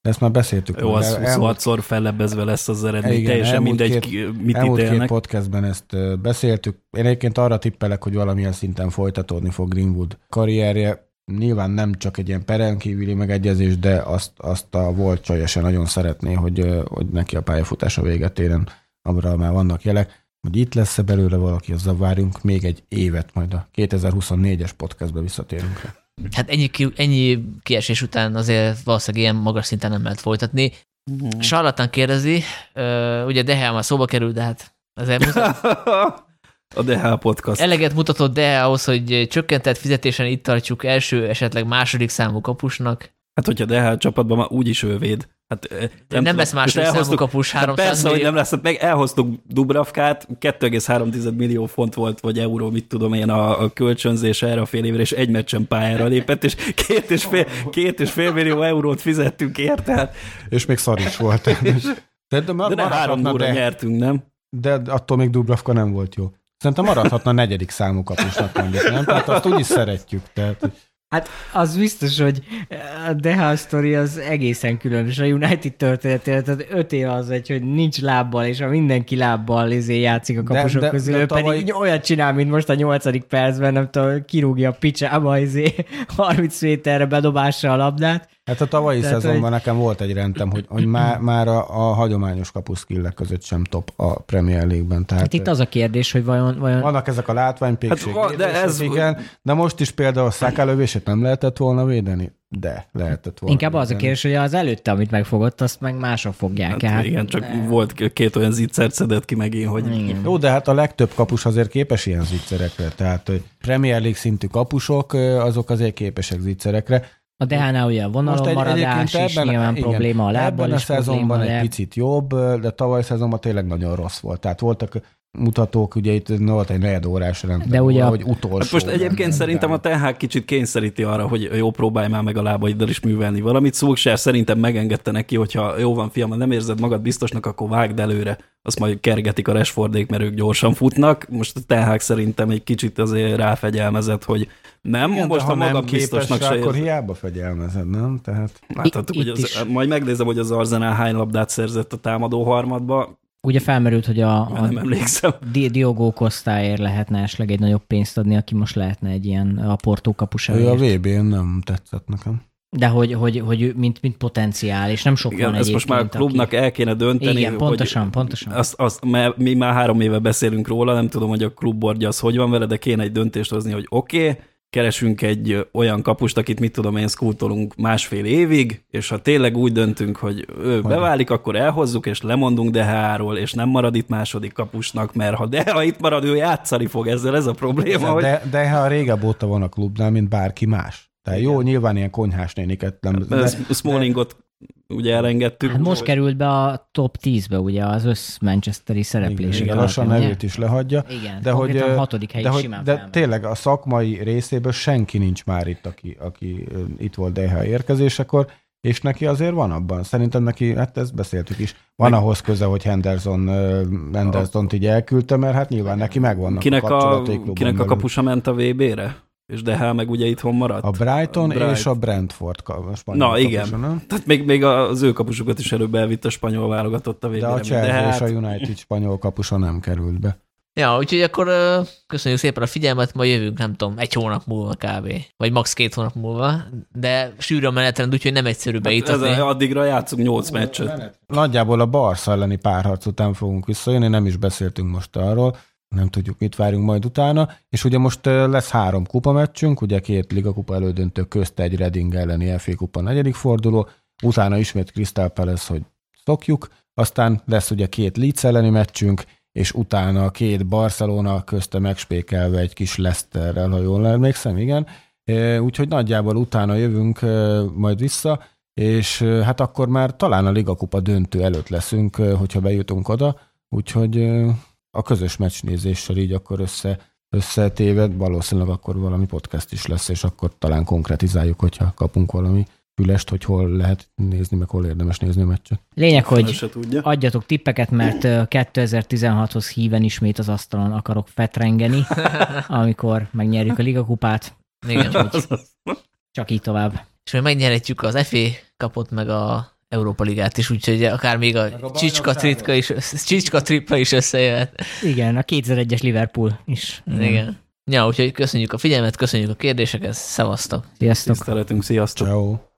De ezt már beszéltük. Jó, az huszonhatszor fellebbezve lesz az eredmény. Igen, teljesen mindegy, két, mit elmúlt ítélnek. két podcastben ezt beszéltük. Én egyébként arra tippelek, hogy valamilyen szinten folytatódni fog Greenwood karrierje. Nyilván nem csak egy ilyen perenkívüli megegyezés, de azt, azt a volt csajja se nagyon szeretné, hogy, hogy neki a pályafutása véget éren, amire már vannak jelek. Hogy itt lesz-e belőle valaki, azzal várjunk még egy évet, majd a kétezer-huszonnégyes podcastbe visszatérünk rá. Hát ennyi, ki, ennyi kiesés után azért valószínűleg ilyen magas szinten nem lehet folytatni. Mm. Sarlatán kérdezi, uh, ugye De Gea már szóba kerül, de hát azért mutat... A De Gea podcast. Eleget mutatott De Gea ahhoz, hogy csökkentett fizetésen itt tartjuk első, esetleg második számú kapusnak. Hát, hogyha De Gea csapatban már úgyis ő véd. Hát, nem, nem lesz második számú kapus, háromszáz persze, millió. hogy nem lesz, hát meg elhoztuk Dubravkát, két egész három millió font volt, vagy euró, mit tudom én, a, a kölcsönzés erre a fél évre, és egy meccsen pályára lépett, és két és fél, két és fél millió eurót fizettünk érte. Hát. És még szar is volt. De, de, de nem három óra nyertünk, nem? De attól még Dubravka nem volt jó. Szerintem maradhatna a negyedik számú kapusnak mondjuk, nem? Tehát azt úgy is szeretjük. Tehát... Hát az biztos, hogy a De Gea sztori az egészen különös. A United történetére, tehát öt év az egy, hogy nincs lábbal, és ha mindenki lábbal izé játszik a kapusok de, de, közül, de tavaly... pedig olyat csinál, mint most a nyolcadik percben, nem tudom, kirúgja a picsába izé harminc méterre bedobással a labdát. Hát a tavalyi Tehát, szezonban hogy... nekem volt egy rendem, hogy, hogy már, már a, a hagyományos kapuszkillek között sem top a Premier League-ben. Tehát hát itt az a kérdés, hogy vajon... vajon... Vannak ezek a látványpékség, hát, de, ez... igen, de most is például a Saka lövését nem lehetett volna védeni? De lehetett volna. Inkább védeni. Az a kérdés, hogy az előtte, amit megfogott, azt meg mások fogják. Hát, hát igen, csak de... volt két olyan zicsert szedett ki megint, hogy... Igen. Jó, de hát a legtöbb kapus azért képes ilyen zicserekre. Tehát Premier League szintű kapusok, azok azért képesek zicserekre. A De Gea-nál ugye a vonalon egy, maradás is ebben, nyilván igen, probléma, a lábbal ebben is a szezonban probléma, egy de... picit jobb, de tavaly szezonban tényleg nagyon rossz volt. Tehát voltak mutatók, ugye itt volt egy negyed órás rendben, de ugye hogy utolsó. Hát most egyébként szerintem a Ten Hag kicsit kényszeríti arra, hogy jó, próbálj már meg a lábaiddal is művelni valamit. Solskjaer szerintem megengedte neki, hogyha jó van, fiam, nem érzed magad biztosnak, akkor vágd előre. Azt majd kergetik a Rashfordék, mert ők gyorsan futnak. Most a Ten Hag szerintem egy kicsit azért ráfegyelmezett, hogy nem, igen, most a magam biztosnak se akkor hiába fegyelmezed, nem? Tehát... Láthatjuk, hogy az, majd megnézem, hogy az Arsenal hány labdát szerzett a támadó harmadba. Ugye felmerült, hogy a, a Di- Diogo Costaért lehetne esetleg egy nagyobb pénzt adni, aki most lehetne egy ilyen a Porto kapusáért. Ő a vé bén nem tetszett nekem. De hogy, hogy, hogy mint, mint potenciál, és nem sok igen, van ezt most már a klubnak aki... el kéne dönteni. Igen, pontosan, hogy pontosan. Azt, azt, mert mi már három éve beszélünk róla, nem tudom, hogy a klubbordja az hogy van vele, de kéne egy döntést hozni, hogy oké, okay, keresünk egy olyan kapust, akit mit tudom én, szkútolunk másfél évig, és ha tényleg úgy döntünk, hogy ő hogy beválik, akkor elhozzuk, és lemondunk De Geáról, és nem marad itt második kapusnak, mert ha De Gea itt marad, ő játszani fog ezzel, ez a probléma. Hogy... De, De Gea régebb óta van a klubnál, mint bárki más. Tehát jó, nyilván ilyen konyhás néniket nem... De... Smallingot ugye elengedtük. Hát most került be a top tízbe, ugye az össz Manchesteri szereplés. Igen, lassan nevét is lehagyja. Igen, de hogy, a hatodik helyi de, hogy, simán de felmegy. tényleg a szakmai részéből senki nincs már itt, aki, aki itt volt De Gea érkezésekor, és neki azért van abban. Szerintem neki, hát ezt beszéltük is, van meg... ahhoz köze, hogy Henderson, Henderson-t így elküldte, mert hát nyilván neki megvannak kinek a kapcsolatai klubon Kinek belül. A kapusa ment a vé bére? És De Gea meg ugye itthon maradt? A Brighton a Bright... és a Brentford spanyol Na igen, kapusa, nem? Tehát még, még az ő kapusukat is előbb elvitt a spanyol válogatott a végére. De a Chelsea De és hát... a United spanyol kapusa nem került be. Ja, úgyhogy akkor uh, köszönjük szépen a figyelmet, majd jövünk, nem tudom, egy hónap múlva kb. Vagy max. két hónap múlva, de sűrű a menetrend, úgyhogy nem egyszerű bejutatni. Hát addigra játszunk nyolc meccset. Nagyjából a Barca elleni párharc után fogunk visszajönni, nem is beszéltünk most arról, nem tudjuk, mit várjunk majd utána, és ugye most lesz három kupameccsünk, ugye két ligakupa elődöntő közt egy Reading elleni ef á kupa negyedik forduló, utána ismét Crystal Palace, hogy szokjuk, aztán lesz ugye két Leeds elleni meccsünk, és utána két Barcelona közte megspékelve egy kis Leicesterrel, ha jól emlékszem, igen. Úgyhogy nagyjából utána jövünk majd vissza, és hát akkor már talán a ligakupa döntő előtt leszünk, hogyha bejutunk oda, úgyhogy a közös meccsnézéssel így akkor össze, összetéved, valószínűleg akkor valami podcast is lesz, és akkor talán konkretizáljuk, hogyha kapunk valami fülest, hogy hol lehet nézni, meg hol érdemes nézni a meccset. Lényeg, hogy adjatok tippeket, mert kétezer-tizenhathoz híven ismét az asztalon akarok fetrengeni, amikor megnyerjük a ligakupát. Igen, csak így tovább. És mi megnyerhetjük az ef á kapot, meg a Európa Ligát is, úgyhogy akár még a, a Csicska tritka is, Csicska tripla is összejöhet. Igen, a kétezer-egyes Liverpool is. Igen. Ja, úgyhogy köszönjük a figyelmet, köszönjük a kérdéseket, szevasztok! Sziasztok! Tiszteletünk, sziasztok! Ciao.